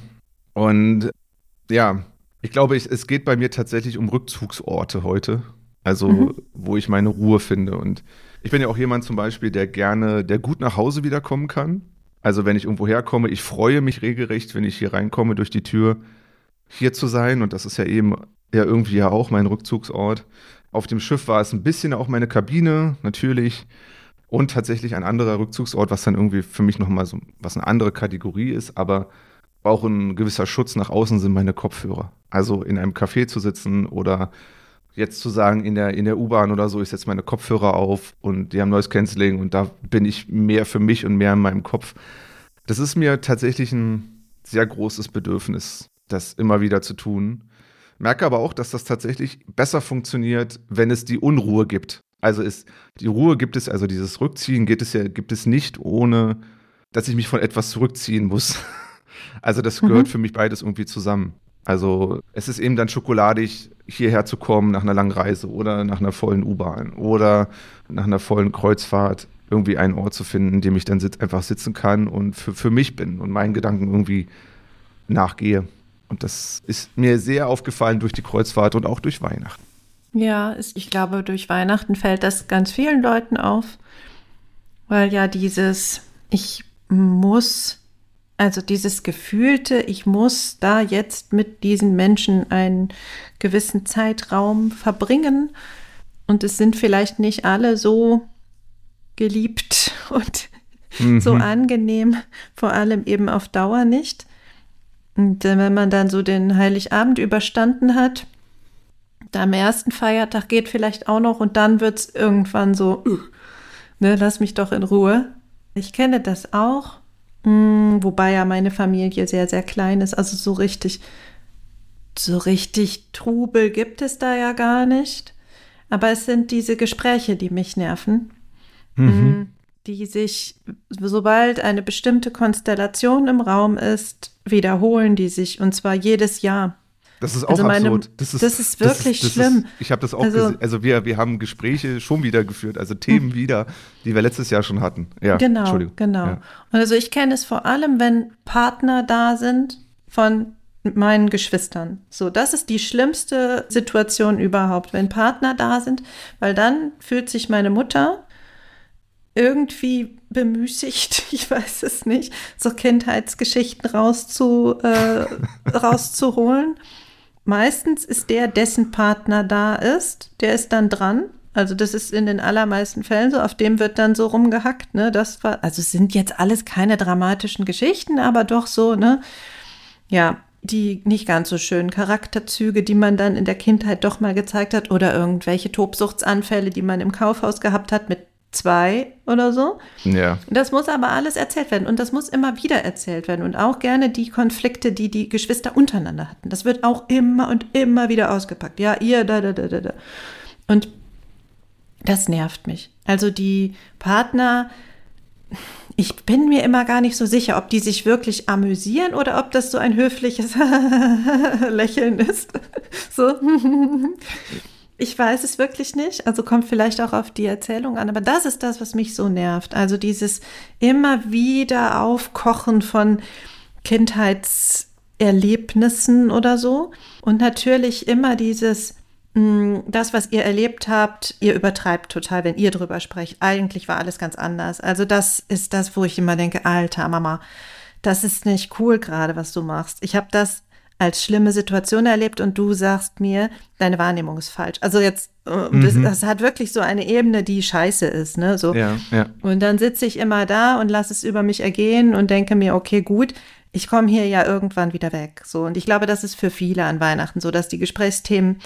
Und ja, ich glaube, ich, es geht bei mir tatsächlich um Rückzugsorte heute, also mhm. wo ich meine Ruhe finde. Und ich bin ja auch jemand zum Beispiel, der gerne, der gut nach Hause wiederkommen kann. Also wenn ich irgendwo herkomme, ich freue mich regelrecht, wenn ich hier reinkomme durch die Tür, hier zu sein. Und das ist ja eben ja irgendwie ja auch mein Rückzugsort. Auf dem Schiff war es ein bisschen auch meine Kabine, natürlich. Und tatsächlich ein anderer Rückzugsort, was dann irgendwie für mich nochmal so, was eine andere Kategorie ist, aber auch ein gewisser Schutz nach außen sind meine Kopfhörer. Also in einem Café zu sitzen oder jetzt zu sagen, in der, in der U-Bahn oder so, ich setze meine Kopfhörer auf und die haben Noise Cancelling und da bin ich mehr für mich und mehr in meinem Kopf. Das ist mir tatsächlich ein sehr großes Bedürfnis, das immer wieder zu tun. Merke aber auch, dass das tatsächlich besser funktioniert, wenn es die Unruhe gibt. Also ist, die Ruhe gibt es, also dieses Rückziehen gibt es ja, gibt es nicht, ohne dass ich mich von etwas zurückziehen muss. Also das gehört mhm. für mich beides irgendwie zusammen. Also es ist eben dann schokoladig, hierher zu kommen nach einer langen Reise oder nach einer vollen U-Bahn oder nach einer vollen Kreuzfahrt irgendwie einen Ort zu finden, in dem ich dann sitz, einfach sitzen kann und für, für mich bin und meinen Gedanken irgendwie nachgehe. Und das ist mir sehr aufgefallen durch die Kreuzfahrt und auch durch Weihnachten. Ja, ich glaube, durch Weihnachten fällt das ganz vielen Leuten auf, weil ja dieses, ich muss, also dieses gefühlte, ich muss da jetzt mit diesen Menschen einen gewissen Zeitraum verbringen und es sind vielleicht nicht alle so geliebt und mhm. so angenehm, vor allem eben auf Dauer nicht. Und wenn man dann so den Heiligabend überstanden hat, da am ersten Feiertag geht vielleicht auch noch und dann wird es irgendwann so, uh, ne, lass mich doch in Ruhe. Ich kenne das auch, mh, wobei ja meine Familie sehr, sehr klein ist, also so richtig, so richtig Trubel gibt es da ja gar nicht. Aber es sind diese Gespräche, die mich nerven. Mhm. die sich, sobald eine bestimmte Konstellation im Raum ist, wiederholen die sich, und zwar jedes Jahr. Das ist auch Also meine- absurd. Das ist, das ist wirklich das schlimm. Ist, ich habe das auch Also- gesehen. Also wir, wir haben Gespräche schon wieder geführt, also Themen wieder, die wir letztes Jahr schon hatten. Ja, Genau, Entschuldigung. genau. Ja. Und also ich kenne es vor allem, wenn Partner da sind von meinen Geschwistern. So, das ist die schlimmste Situation überhaupt, wenn Partner da sind, weil dann fühlt sich meine Mutter irgendwie bemüßigt, ich weiß es nicht, so Kindheitsgeschichten rauszu, äh, rauszuholen. Meistens ist der, dessen Partner da ist, der ist dann dran. Also das ist in den allermeisten Fällen so, auf dem wird dann so rumgehackt, ne? Das war, also es sind jetzt alles keine dramatischen Geschichten, aber doch so, ne? Ja, die nicht ganz so schönen Charakterzüge, die man dann in der Kindheit doch mal gezeigt hat, oder irgendwelche Tobsuchtsanfälle, die man im Kaufhaus gehabt hat mit zwei oder so. Ja. Das muss aber alles erzählt werden, und das muss immer wieder erzählt werden, und auch gerne die Konflikte, die die Geschwister untereinander hatten. Das wird auch immer und immer wieder ausgepackt. Ja, ihr, da, da, da, da, da. Und das nervt mich. Also die Partner, ich bin mir immer gar nicht so sicher, ob die sich wirklich amüsieren oder ob das so ein höfliches Lächeln ist. So. Ich weiß es wirklich nicht. Also kommt vielleicht auch auf die Erzählung an. Aber das ist das, was mich so nervt. Also dieses immer wieder Aufkochen von Kindheitserlebnissen oder so. Und natürlich immer dieses, mh, das, was ihr erlebt habt, ihr übertreibt total, wenn ihr drüber sprecht. Eigentlich war alles ganz anders. Also das ist das, wo ich immer denke, Alter, Mama, das ist nicht cool gerade, was du machst. Ich habe das als schlimme Situation erlebt und du sagst mir, deine Wahrnehmung ist falsch. Also jetzt, äh, das, das hat wirklich so eine Ebene, die scheiße ist, ne? So. Ja, ja. Und dann sitze ich immer da und lasse es über mich ergehen und denke mir, okay, gut, ich komme hier ja irgendwann wieder weg. So. Und ich glaube, das ist für viele an Weihnachten so, dass die Gesprächsthemen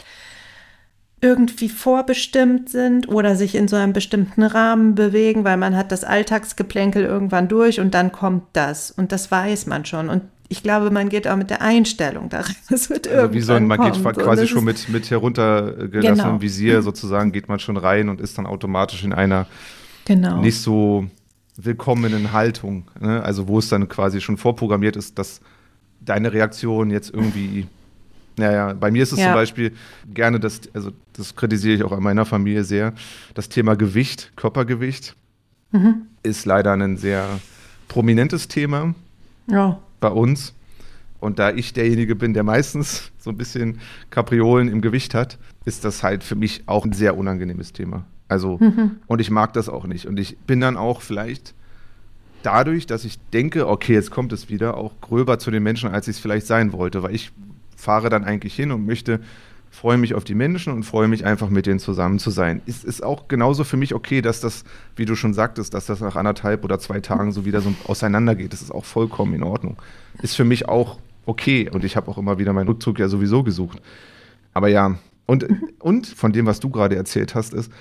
irgendwie vorbestimmt sind oder sich in so einem bestimmten Rahmen bewegen, weil man hat das Alltagsgeplänkel irgendwann durch und dann kommt das. Und das weiß man schon. Und ich glaube, man geht auch mit der Einstellung da rein. Das wird Also wie so ein, irgendwann man geht kommen. So, quasi das schon ist- mit, mit heruntergelassenem Genau. Visier sozusagen, geht man schon rein und ist dann automatisch in einer Genau. nicht so willkommenen Haltung. Ne? Also wo es dann quasi schon vorprogrammiert ist, dass deine Reaktion jetzt irgendwie, naja, bei mir ist es Ja. zum Beispiel gerne, das, also das kritisiere ich auch an meiner Familie sehr, das Thema Gewicht, Körpergewicht Mhm. ist leider ein sehr prominentes Thema Ja. bei uns. Und da ich derjenige bin, der meistens so ein bisschen Kapriolen im Gewicht hat, ist das halt für mich auch ein sehr unangenehmes Thema. Also, und ich mag das auch nicht. Und ich bin dann auch vielleicht dadurch, dass ich denke, okay, jetzt kommt es wieder, auch gröber zu den Menschen, als ich es vielleicht sein wollte. Weil ich fahre dann eigentlich hin und möchte, freue mich auf die Menschen und freue mich einfach mit denen zusammen zu sein. Es ist auch genauso für mich okay, dass das, wie du schon sagtest, dass das nach anderthalb oder zwei Tagen so wieder so auseinandergeht. Das ist auch vollkommen in Ordnung. Ist für mich auch okay. Und ich habe auch immer wieder meinen Rückzug ja sowieso gesucht. Aber ja, und, und von dem, was du gerade erzählt hast, ist,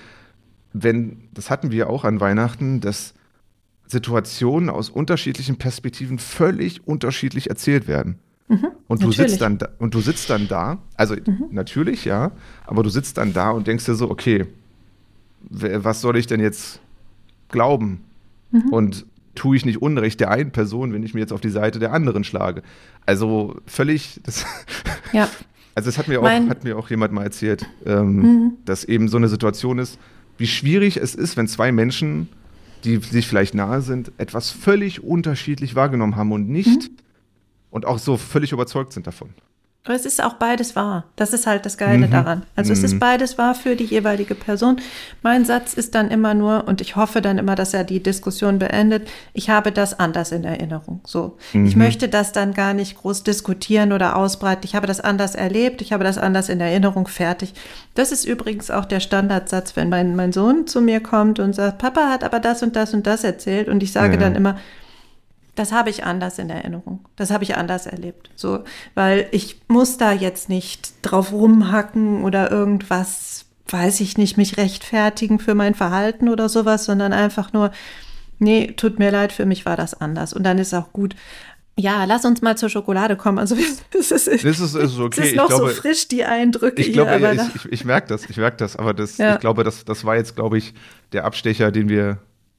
wenn, das hatten wir auch an Weihnachten, dass Situationen aus unterschiedlichen Perspektiven völlig unterschiedlich erzählt werden. Und du natürlich. sitzt dann da, und du sitzt dann da, also natürlich, ja, aber du sitzt dann da und denkst dir so, okay, wer- was soll ich denn jetzt glauben? Und tue ich nicht Unrecht der einen Person, wenn ich mir jetzt auf die Seite der anderen schlage? Also völlig, das, Ja. also es hat mir auch, Mein- hat mir auch jemand mal erzählt, ähm, dass eben so eine Situation ist, wie schwierig es ist, wenn zwei Menschen, die sich vielleicht nahe sind, etwas völlig unterschiedlich wahrgenommen haben und nicht und auch so völlig überzeugt sind davon. Aber es ist auch beides wahr. Das ist halt das Geile daran. Also es ist beides wahr für die jeweilige Person. Mein Satz ist dann immer nur, und ich hoffe dann immer, dass er die Diskussion beendet, ich habe das anders in Erinnerung. So. Ich möchte das dann gar nicht groß diskutieren oder ausbreiten. Ich habe das anders erlebt, ich habe das anders in Erinnerung, fertig. Das ist übrigens auch der Standardsatz, wenn mein, mein Sohn zu mir kommt und sagt, Papa hat aber das und das und das erzählt, und ich sage Ja. dann immer, das habe ich anders in Erinnerung. Das habe ich anders erlebt. So, weil ich muss da jetzt nicht drauf rumhacken oder irgendwas, weiß ich nicht, mich rechtfertigen für mein Verhalten oder sowas, sondern einfach nur, nee, tut mir leid, für mich war das anders. Und dann ist auch gut. Ja, lass uns mal zur Schokolade kommen. Also es ist, Das ist, ist okay. es ist Ich noch glaube, so frisch, die Eindrücke ich glaube, hier. ja, Aber ich, ich, ich merke das, ich merke das, aber das, Ja. ich glaube, das, das war jetzt, glaube ich, der Abstecher, den wir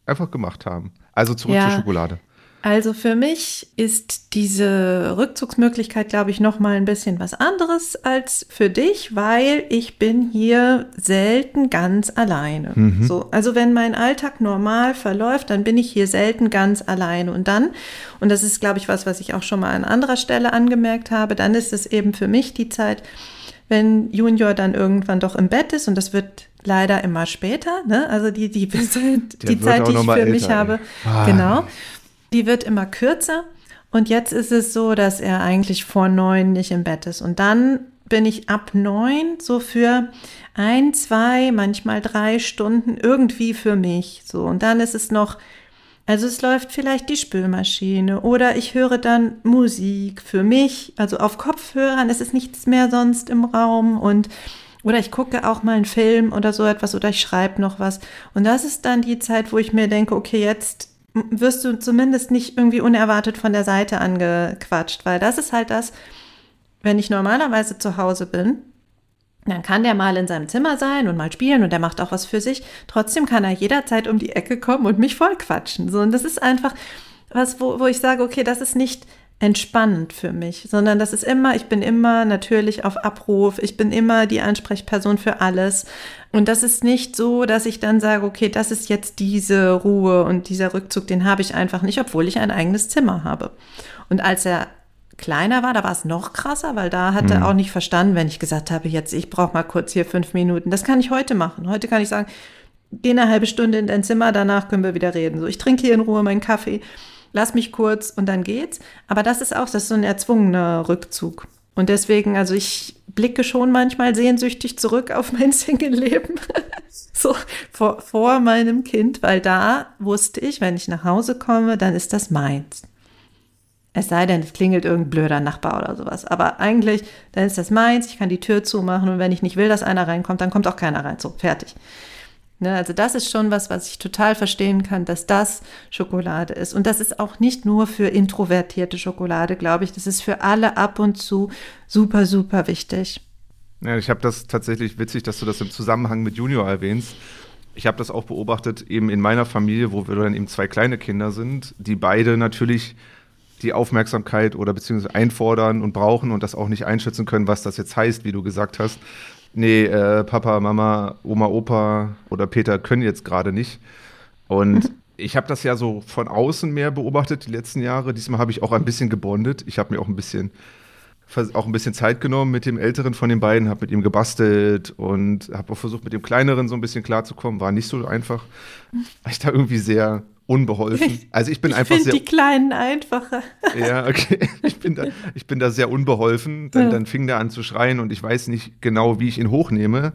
einfach gemacht haben. Also zurück Ja. zur Schokolade. Also für mich ist diese Rückzugsmöglichkeit, glaube ich, noch mal ein bisschen was anderes als für dich, weil ich bin hier selten ganz alleine. Mhm. So, also wenn mein Alltag normal verläuft, dann bin ich hier selten ganz alleine. Und dann, und das ist, glaube ich, was, was ich auch schon mal an anderer Stelle angemerkt habe, dann ist es eben für mich die Zeit, wenn Junior dann irgendwann doch im Bett ist, und das wird leider immer später, ne? Also die, die, die wird Zeit, auch die noch ich mal für älter, mich ey. habe, Ah. genau, die wird immer kürzer. Und jetzt ist es so, dass er eigentlich vor neun nicht im Bett ist. Und dann bin ich ab neun so für ein, zwei, manchmal drei Stunden irgendwie für mich. So, und dann ist es noch, also es läuft vielleicht die Spülmaschine oder ich höre dann Musik für mich, also auf Kopfhörern, es ist nichts mehr sonst im Raum, und oder ich gucke auch mal einen Film oder so etwas oder ich schreibe noch was. Und das ist dann die Zeit, wo ich mir denke, okay, jetzt wirst du zumindest nicht irgendwie unerwartet von der Seite angequatscht, weil das ist halt das, wenn ich normalerweise zu Hause bin, dann kann der mal in seinem Zimmer sein und mal spielen und der macht auch was für sich. Trotzdem kann er jederzeit um die Ecke kommen und mich vollquatschen. So, und das ist einfach was, wo, wo ich sage, okay, das ist nicht entspannend für mich, sondern das ist immer, ich bin immer natürlich auf Abruf, ich bin immer die Ansprechperson für alles. Und das ist nicht so, dass ich dann sage, okay, das ist jetzt diese Ruhe und dieser Rückzug, den habe ich einfach nicht, obwohl ich ein eigenes Zimmer habe. Und als er kleiner war, da war es noch krasser, weil da hat er auch nicht verstanden, wenn ich gesagt habe, jetzt, ich brauche mal kurz hier fünf Minuten. Das kann ich heute machen. Heute kann ich sagen, geh eine halbe Stunde in dein Zimmer, danach können wir wieder reden. So, ich trinke hier in Ruhe meinen Kaffee, lass mich kurz und dann geht's. Aber das ist auch, das ist so ein erzwungener Rückzug. Und deswegen, also ich blicke schon manchmal sehnsüchtig zurück auf mein Single-Leben, so vor, vor meinem Kind, weil da wusste ich, wenn ich nach Hause komme, dann ist das meins. Es sei denn, es klingelt irgendein blöder Nachbar oder sowas. Aber eigentlich, dann ist das meins, ich kann die Tür zumachen und wenn ich nicht will, dass einer reinkommt, dann kommt auch keiner rein. So, fertig. Ne, also das ist schon was, was ich total verstehen kann, dass das Schokolade ist. Und das ist auch nicht nur für introvertierte Schokolade, glaube ich. Das ist für alle ab und zu super, super wichtig. Ja, ich habe das tatsächlich witzig, dass du das im Zusammenhang mit Junior erwähnst. Ich habe das auch beobachtet, eben in meiner Familie, wo wir dann eben zwei kleine Kinder sind, die beide natürlich die Aufmerksamkeit oder beziehungsweise einfordern und brauchen und das auch nicht einschätzen können, was das jetzt heißt, wie du gesagt hast. Nee, äh, Papa, Mama, Oma, Opa oder Peter können jetzt gerade nicht. Und ich habe das ja so von außen mehr beobachtet die letzten Jahre. Diesmal habe ich auch ein bisschen gebondet. Ich habe mir auch ein bisschen auch ein bisschen Zeit genommen mit dem Älteren von den beiden, habe mit ihm gebastelt und habe auch versucht, mit dem Kleineren so ein bisschen klarzukommen. War nicht so einfach. War ich da irgendwie sehr unbeholfen. Also ich bin ich einfach sehr... sehr... die Kleinen einfacher. Ja, okay. Ich bin da, ich bin da sehr unbeholfen. Dann, Ja. dann fing der an zu schreien und ich weiß nicht genau, wie ich ihn hochnehme.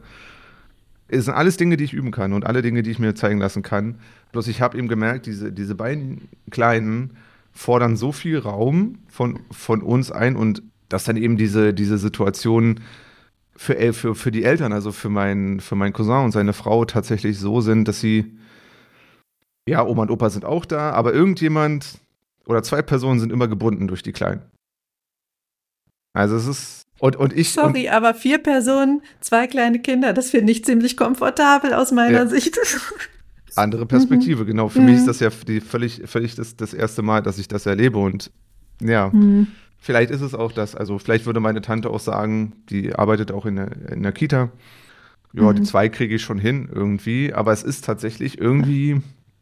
Es sind alles Dinge, die ich üben kann und alle Dinge, die ich mir zeigen lassen kann. Bloß ich habe eben gemerkt, diese, diese beiden Kleinen fordern so viel Raum von, von uns ein und dass dann eben diese, diese Situation für, El- für, für die Eltern, also für meinen, für meinen Cousin und seine Frau tatsächlich so sind, dass sie, ja, Oma und Opa sind auch da, aber irgendjemand oder zwei Personen sind immer gebunden durch die Kleinen. Also es ist, und, und ich... Sorry, aber vier Personen, zwei kleine Kinder, das finde ich ziemlich komfortabel aus meiner Ja. Sicht. Andere Perspektive, mhm. genau. Für Mhm. mich ist das ja die völlig, völlig das, das erste Mal, dass ich das erlebe und ja, Mhm. vielleicht ist es auch das. Also vielleicht würde meine Tante auch sagen, die arbeitet auch in der, in der Kita. Ja, Mhm. die zwei kriege ich schon hin irgendwie, aber es ist tatsächlich irgendwie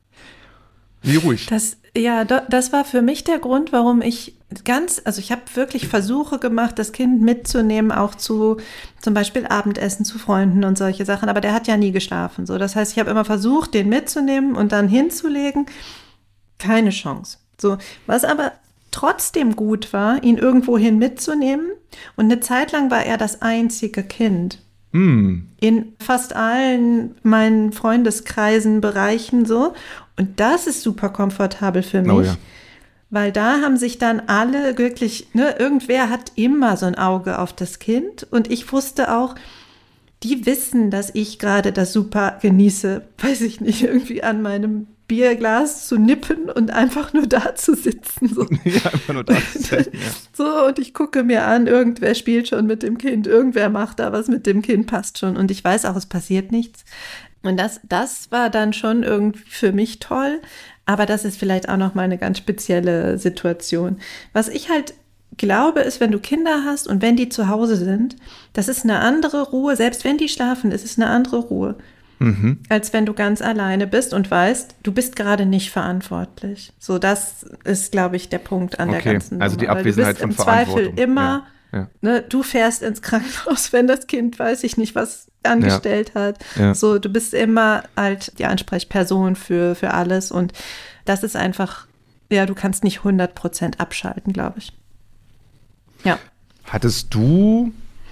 wie ruhig. Das, ja, do, das war für mich der Grund, warum ich ganz, also ich habe wirklich Versuche gemacht, das Kind mitzunehmen, auch zu zum Beispiel Abendessen zu Freunden und solche Sachen, aber der hat ja nie geschlafen. So, das heißt, ich habe immer versucht, den mitzunehmen und dann hinzulegen. Keine Chance. So, was aber trotzdem gut war, ihn irgendwohin mitzunehmen. Und eine Zeit lang war er das einzige Kind. Hm. In fast allen meinen Freundeskreisen, Bereichen so. Und das ist super komfortabel für mich. Oh ja. Weil da haben sich dann alle wirklich, ne, irgendwer hat immer so ein Auge auf das Kind. Und ich wusste auch, die wissen, dass ich gerade das super genieße, weiß ich nicht, irgendwie an meinem Bierglas zu nippen und einfach nur da zu sitzen. So. Ja, einfach nur da zu sitzen, ja. So, und ich gucke mir an, irgendwer spielt schon mit dem Kind, irgendwer macht da was mit dem Kind, passt schon. Und ich weiß auch, es passiert nichts. Und das, das war dann schon irgendwie für mich toll, aber das ist vielleicht auch noch mal eine ganz spezielle Situation. Was ich halt glaube, ist, wenn du Kinder hast und wenn die zu Hause sind, das ist eine andere Ruhe, selbst wenn die schlafen, ist es eine andere Ruhe, mhm. als wenn du ganz alleine bist und weißt, du bist gerade nicht verantwortlich. So, das ist, glaube ich, der Punkt an okay. der ganzen Nummer. Also die Abwesenheit von Weil du bist im Verantwortung. Zweifel immer, ja. Ja. Ne, du fährst ins Krankenhaus, wenn das Kind, weiß ich nicht, was angestellt ja. hat. Ja. So, du bist immer halt die Ansprechperson für, für alles und das ist einfach, ja, du kannst nicht hundert Prozent abschalten, glaube ich. Ja. Hattest du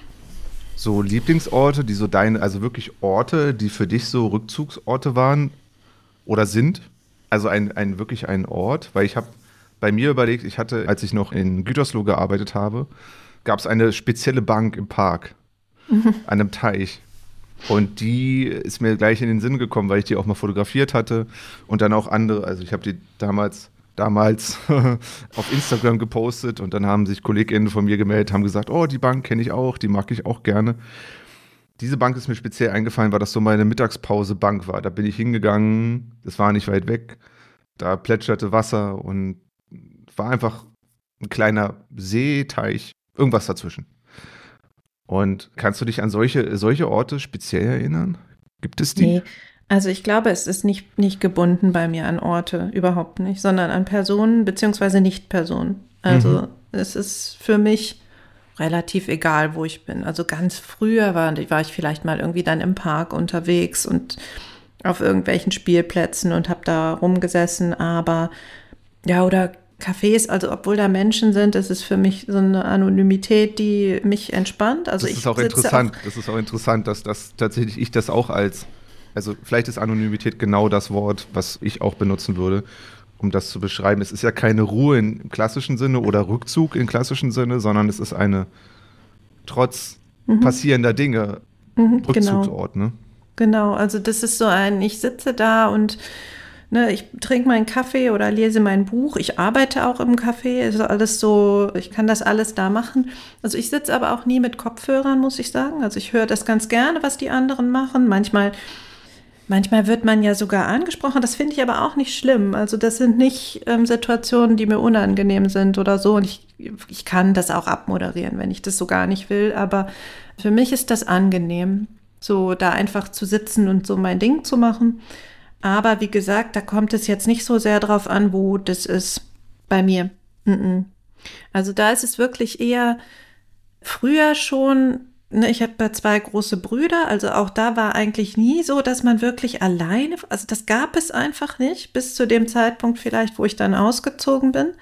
so Lieblingsorte, die so deine, also wirklich Orte, die für dich so Rückzugsorte waren oder sind? Also ein, ein wirklich ein Ort? Weil ich habe bei mir überlegt, ich hatte, als ich noch in Gütersloh gearbeitet habe, gab es eine spezielle Bank im Park, mhm. an einem Teich. Und die ist mir gleich in den Sinn gekommen, weil ich die auch mal fotografiert hatte und dann auch andere, also ich habe die damals damals auf Instagram gepostet und dann haben sich KollegInnen von mir gemeldet, haben gesagt, oh, die Bank kenne ich auch, die mag ich auch gerne. Diese Bank ist mir speziell eingefallen, weil das so meine Mittagspause-Bank war. Da bin ich hingegangen, das war nicht weit weg, da plätscherte Wasser und war einfach ein kleiner See, Teich, irgendwas dazwischen. Und kannst du dich an solche, solche Orte speziell erinnern? Gibt es die? Nee. Also ich glaube, es ist nicht, nicht gebunden bei mir an Orte, überhaupt nicht, sondern an Personen beziehungsweise Nicht-Personen. Also mhm. es ist für mich relativ egal, wo ich bin. Also ganz früher war, war ich vielleicht mal irgendwie dann im Park unterwegs und auf irgendwelchen Spielplätzen und habe da rumgesessen, aber ja, oder Cafés, also obwohl da Menschen sind, ist es für mich so eine Anonymität, die mich entspannt. Also das ich ist auch interessant, auch das ist auch interessant, dass das tatsächlich ich das auch als Also vielleicht ist Anonymität genau das Wort, was ich auch benutzen würde, um das zu beschreiben. Es ist ja keine Ruhe im klassischen Sinne oder Rückzug im klassischen Sinne, sondern es ist eine trotz mhm. passierender Dinge mhm, Rückzugsort. Genau. Ne? Genau, also das ist so ein, ich sitze da und ne, ich trinke meinen Kaffee oder lese mein Buch. Ich arbeite auch im Café, ist alles so, ich kann das alles da machen. Also ich sitze aber auch nie mit Kopfhörern, muss ich sagen. Also ich höre das ganz gerne, was die anderen machen. Manchmal Manchmal wird man ja sogar angesprochen, das finde ich aber auch nicht schlimm. Also das sind nicht ähm, Situationen, die mir unangenehm sind oder so. Und ich, ich kann das auch abmoderieren, wenn ich das so gar nicht will. Aber für mich ist das angenehm, so da einfach zu sitzen und so mein Ding zu machen. Aber wie gesagt, da kommt es jetzt nicht so sehr drauf an, wo das ist bei mir. Mm-mm. Also da ist es wirklich eher früher schon. Ich habe zwei große Brüder, also auch da war eigentlich nie so, dass man wirklich alleine, also das gab es einfach nicht, bis zu dem Zeitpunkt vielleicht, wo ich dann ausgezogen bin.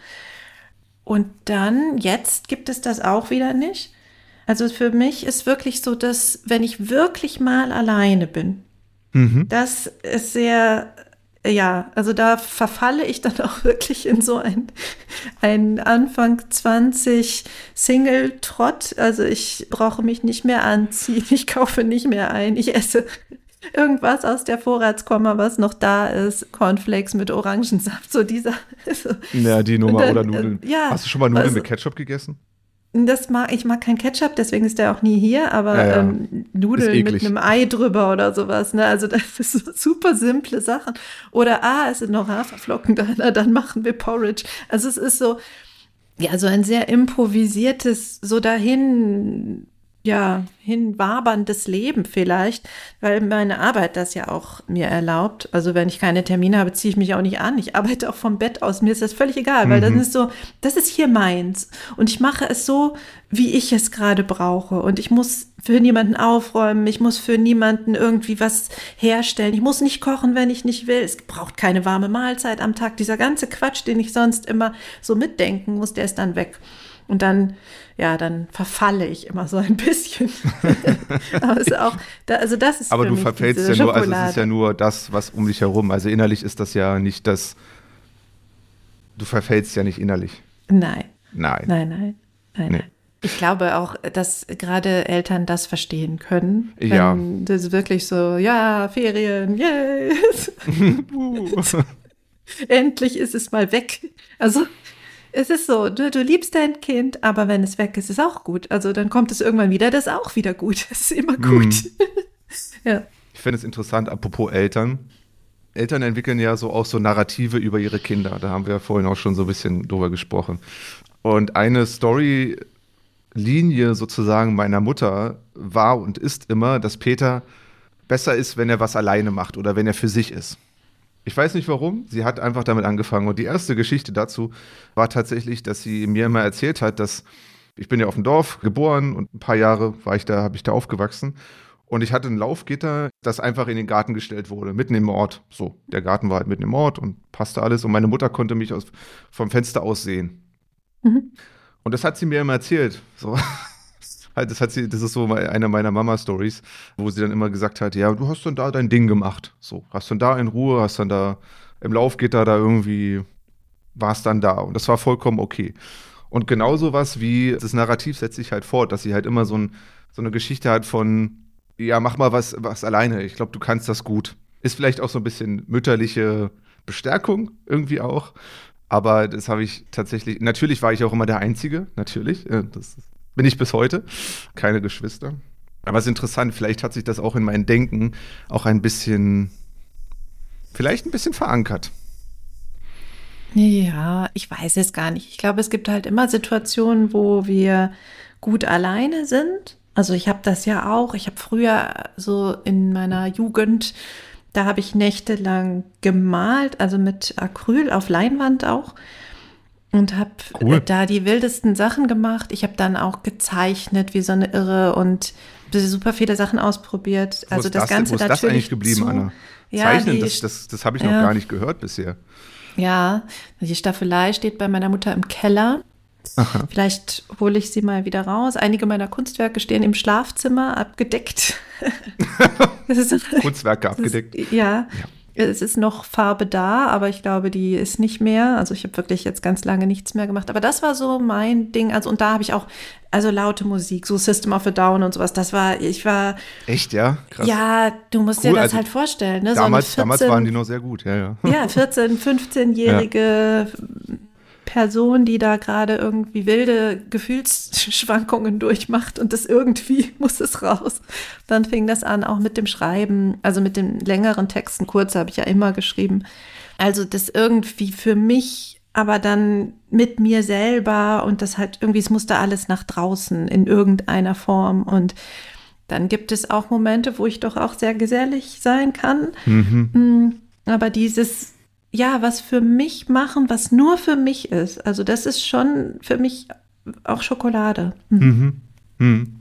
Und dann, jetzt gibt es das auch wieder nicht. Also für mich ist wirklich so, dass wenn ich wirklich mal alleine bin, mhm. das ist sehr, ja, also da verfalle ich dann auch wirklich in so ein, ein Anfang zwanzig Single-Trott. Also ich brauche mich nicht mehr anziehen, ich kaufe nicht mehr ein, ich esse irgendwas aus der Vorratskammer, was noch da ist, Cornflakes mit Orangensaft, so dieser. So. Ja, die Nummer dann, oder Nudeln. Äh, ja, Hast du schon mal Nudeln also, mit Ketchup gegessen? Das mag, ich mag kein Ketchup, deswegen ist der auch nie hier, aber ja, ja. Ähm, Nudeln mit einem Ei drüber oder sowas, ne? Also das ist so super simple Sachen. Oder, ah, es sind noch Haferflocken da, na, dann machen wir Porridge. Also es ist so, ja, so ein sehr improvisiertes, so dahin, ja, hinwaberndes Leben vielleicht, weil meine Arbeit das ja auch mir erlaubt. Also wenn ich keine Termine habe, ziehe ich mich auch nicht an. Ich arbeite auch vom Bett aus. Mir ist das völlig egal, weil mhm. das ist so, das ist hier meins. Und ich mache es so, wie ich es gerade brauche. Und ich muss für niemanden aufräumen. Ich muss für niemanden irgendwie was herstellen. Ich muss nicht kochen, wenn ich nicht will. Es braucht keine warme Mahlzeit am Tag. Dieser ganze Quatsch, den ich sonst immer so mitdenken muss, der ist dann weg. Und dann, ja, dann verfalle ich immer so ein bisschen. Aber es ist auch, da, also das ist Aber für du mich verfällst diese ja nur, Schokolade. also es ist ja nur das, was um dich herum, also innerlich ist das ja nicht das, du verfällst ja nicht innerlich. Nein. Nein. Nein, nein, nein. Nee. Ich glaube auch, dass gerade Eltern das verstehen können. Ja. Das ist wirklich so, ja, Ferien, yes. Endlich ist es mal weg. Also es ist so, du, du liebst dein Kind, aber wenn es weg ist, ist es auch gut. Also dann kommt es irgendwann wieder, das ist auch wieder gut. Das ist immer gut. Mm. Ja. Ich finde es interessant, apropos Eltern. Eltern entwickeln ja so auch so Narrative über ihre Kinder. Da haben wir ja vorhin auch schon so ein bisschen drüber gesprochen. Und eine Storylinie sozusagen meiner Mutter war und ist immer, dass Peter besser ist, wenn er was alleine macht oder wenn er für sich ist. Ich weiß nicht warum, sie hat einfach damit angefangen. Und die erste Geschichte dazu war tatsächlich, dass sie mir immer erzählt hat, dass ich bin ja auf dem Dorf geboren und ein paar Jahre war ich da, habe ich da aufgewachsen. Und ich hatte ein Laufgitter, das einfach in den Garten gestellt wurde, mitten im Ort. So, der Garten war halt mitten im Ort und passte alles. Und meine Mutter konnte mich aus, vom Fenster aus sehen. Mhm. Und das hat sie mir immer erzählt. So. Das hat sie, das ist so eine meiner Mama-Stories, wo sie dann immer gesagt hat, ja, du hast dann da dein Ding gemacht. So, hast dann da in Ruhe, hast dann da im Laufgitter da irgendwie, warst dann da. Und das war vollkommen okay. Und genauso was wie, das Narrativ setzt sich halt fort, dass sie halt immer so, ein, so eine Geschichte hat von, ja, mach mal was, was alleine. Ich glaube, du kannst das gut. Ist vielleicht auch so ein bisschen mütterliche Bestärkung irgendwie auch. Aber das habe ich tatsächlich, natürlich war ich auch immer der Einzige, natürlich. Das bin ich bis heute. Keine Geschwister. Aber es ist interessant, vielleicht hat sich das auch in meinem Denken auch ein bisschen, vielleicht ein bisschen verankert. Ja, ich weiß es gar nicht. Ich glaube, es gibt halt immer Situationen, wo wir gut alleine sind. Also ich habe das ja auch. Ich habe früher so in meiner Jugend, da habe ich nächtelang gemalt, also mit Acryl auf Leinwand auch. Und habe cool. da die wildesten Sachen gemacht. Ich habe dann auch gezeichnet wie so eine Irre und super viele Sachen ausprobiert. Wo also ist das, das Ganze wo ist natürlich das eigentlich geblieben, zu, Anna? ja, Zeichnen, die, das, das, das habe ich noch ja. gar nicht gehört bisher. Ja, die Staffelei steht bei meiner Mutter im Keller. Aha. Vielleicht hole ich sie mal wieder raus. Einige meiner Kunstwerke stehen im Schlafzimmer abgedeckt. Das ist, Kunstwerke abgedeckt? Ist, ja. ja. Es ist noch Farbe da, aber ich glaube, die ist nicht mehr. Also ich habe wirklich jetzt ganz lange nichts mehr gemacht. Aber das war so mein Ding. Also und da habe ich auch, also laute Musik, so System of a Down und sowas. Das war, ich war. Echt, ja? Krass. Ja, du musst cool, dir das also halt vorstellen. Ne? Damals, so damals waren die noch sehr gut, ja, ja. Ja, vierzehn-, fünfzehnjährige ja. Person, die da gerade irgendwie wilde Gefühlsschwankungen durchmacht und das irgendwie muss es raus. Dann fing das an, auch mit dem Schreiben, also mit den längeren Texten, kurz habe ich ja immer geschrieben. Also das irgendwie für mich, aber dann mit mir selber und das halt irgendwie, es musste alles nach draußen in irgendeiner Form und dann gibt es auch Momente, wo ich doch auch sehr gesellig sein kann. Mhm. Aber dieses ja, was für mich machen, was nur für mich ist. Also das ist schon für mich auch Schokolade. Mhm. Mhm. Mhm.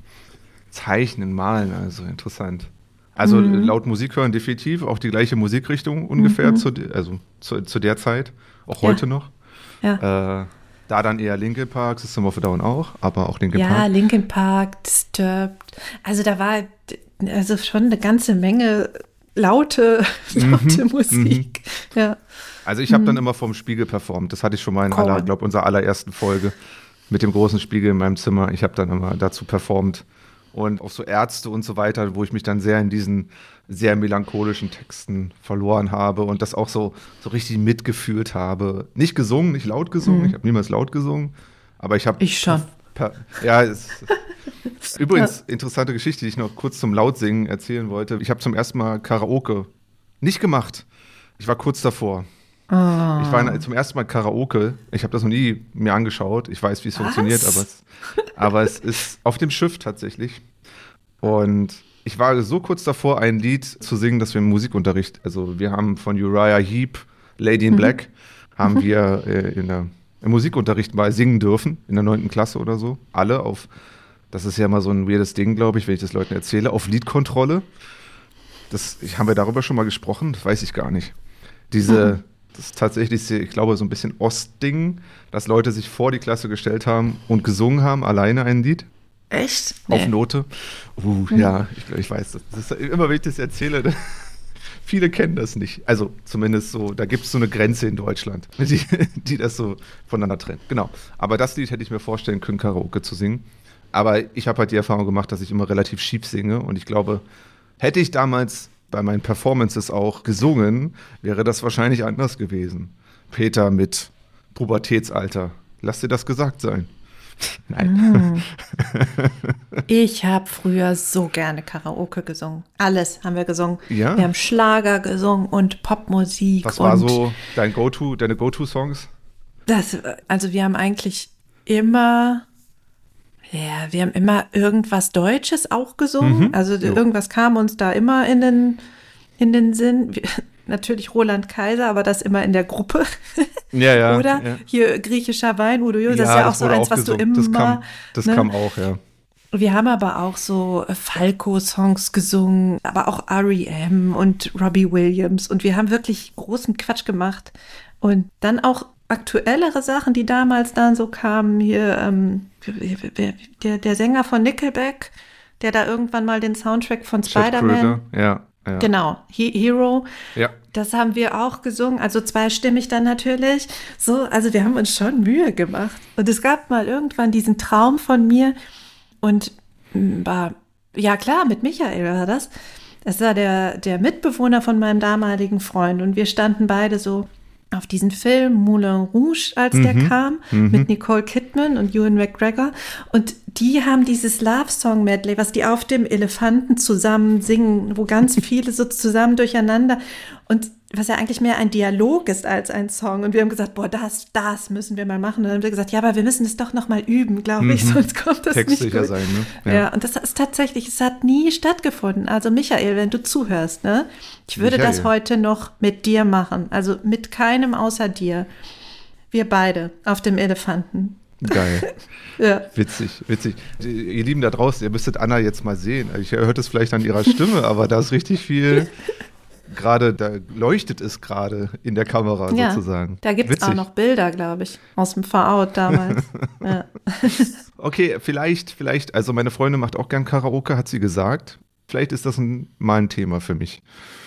Zeichnen, malen, also interessant. Also mhm. laut Musik hören definitiv auch die gleiche Musikrichtung ungefähr, mhm. zu, also zu, zu der Zeit, auch heute ja. noch. Ja. Äh, da dann eher Linkin Park, System of a Down auch, aber auch Linkin ja, Park. Ja, Linkin Park, Disturbed. Also da war also schon eine ganze Menge laute, laute mhm, Musik. Mhm. Ja. Also ich habe mhm. dann immer vorm Spiegel performt. Das hatte ich schon mal in aller, glaube unserer allerersten Folge mit dem großen Spiegel in meinem Zimmer. Ich habe dann immer dazu performt und auch so Ärzte und so weiter, wo ich mich dann sehr in diesen sehr melancholischen Texten verloren habe und das auch so, so richtig mitgefühlt habe. Nicht gesungen, nicht laut gesungen. Mhm. Ich habe niemals laut gesungen, aber ich habe ich schon. Per, ja, es, übrigens, ja. interessante Geschichte, die ich noch kurz zum Lautsingen erzählen wollte. Ich habe zum ersten Mal Karaoke nicht gemacht. Ich war kurz davor. Oh. Ich war zum ersten Mal Karaoke. Ich habe das noch nie mir angeschaut. Ich weiß, wie es Was? funktioniert, aber es, aber es ist auf dem Schiff tatsächlich. Und ich war so kurz davor, ein Lied zu singen, das wir im Musikunterricht, also wir haben von Uriah Heep, Lady in mhm. Black, haben mhm. wir äh, in der im Musikunterricht mal singen dürfen, in der neunten Klasse oder so. Alle auf, das ist ja immer so ein weirdes Ding, glaube ich, wenn ich das Leuten erzähle, auf Liedkontrolle. Das, haben wir darüber schon mal gesprochen? Das weiß ich gar nicht. Diese, mhm. das ist tatsächlich, ich glaube, so ein bisschen Ostding, dass Leute sich vor die Klasse gestellt haben und gesungen haben, alleine ein Lied. Echt? Auf nee. Note. Uh, mhm. Ja, ich glaube, ich weiß das. das ist, immer wenn ich das erzähle, viele kennen das nicht. Also zumindest so, da gibt es so eine Grenze in Deutschland, die, die das so voneinander trennt. Genau. Aber das Lied hätte ich mir vorstellen können, Karaoke zu singen. Aber ich habe halt die Erfahrung gemacht, dass ich immer relativ schief singe. Und ich glaube, hätte ich damals bei meinen Performances auch gesungen, wäre das wahrscheinlich anders gewesen. Peter mit Pubertätsalter. Lass dir das gesagt sein. Nein. Ich habe früher so gerne Karaoke gesungen. Alles haben wir gesungen. Ja? Wir haben Schlager gesungen und Popmusik. Was war und so dein Go-To, deine Go-To-Songs? Das, also wir haben eigentlich immer, ja, wir haben immer irgendwas Deutsches auch gesungen. Mhm. Also Jo. irgendwas kam uns da immer in den, in den Sinn. Wir, natürlich Roland Kaiser, aber das immer in der Gruppe. Ja, ja. Oder ja. hier griechischer Wein, Udo Jürgens, das ist ja auch so wurde eins, was du gesungen. immer. Das kam, das ne? kam auch, ja. Wir haben aber auch so Falco-Songs gesungen, aber auch R E M und Robbie Williams. Und wir haben wirklich großen Quatsch gemacht. Und dann auch aktuellere Sachen, die damals dann so kamen. Hier, ähm, der, der Sänger von Nickelback, der da irgendwann mal den Soundtrack von Chad Spider-Man. Kroeger, ja, ja. Genau, He- Hero. Ja. Das haben wir auch gesungen, also zweistimmig dann natürlich. So, also wir haben uns schon Mühe gemacht. Und es gab mal irgendwann diesen Traum von mir und war, ja klar, mit Michael war das. Das war der, der Mitbewohner von meinem damaligen Freund und wir standen beide so auf diesen Film Moulin Rouge, als Mhm. der kam, Mhm. mit Nicole Kidman und Ewan McGregor. Und die haben dieses Love-Song-Medley, was die auf dem Elefanten zusammen singen, wo ganz viele so zusammen durcheinander und was ja eigentlich mehr ein Dialog ist als ein Song. Und wir haben gesagt, boah, das, das müssen wir mal machen. Und dann haben wir gesagt, ja, aber wir müssen es doch noch mal üben, glaube ich, Mhm. sonst kommt das nicht Textsicher gut. sein, ne? Ja. und das ist tatsächlich, es hat nie stattgefunden. Also Michael, wenn du zuhörst, ne? Ich würde Michael. das heute noch mit dir machen. Also mit keinem außer dir. Wir beide auf dem Elefanten. Geil. Ja. Witzig, witzig. Ihr Lieben da draußen, ihr müsstet Anna jetzt mal sehen. Ich hört es vielleicht an ihrer Stimme, aber da ist richtig viel, gerade, da leuchtet es gerade in der Kamera Ja, sozusagen. da gibt es Witzig. auch noch Bilder, glaube ich, aus dem Far-Out damals. Ja. Okay, vielleicht, vielleicht, also meine Freundin macht auch gern Karaoke, hat sie gesagt. Vielleicht ist das ein, mal ein Thema für mich.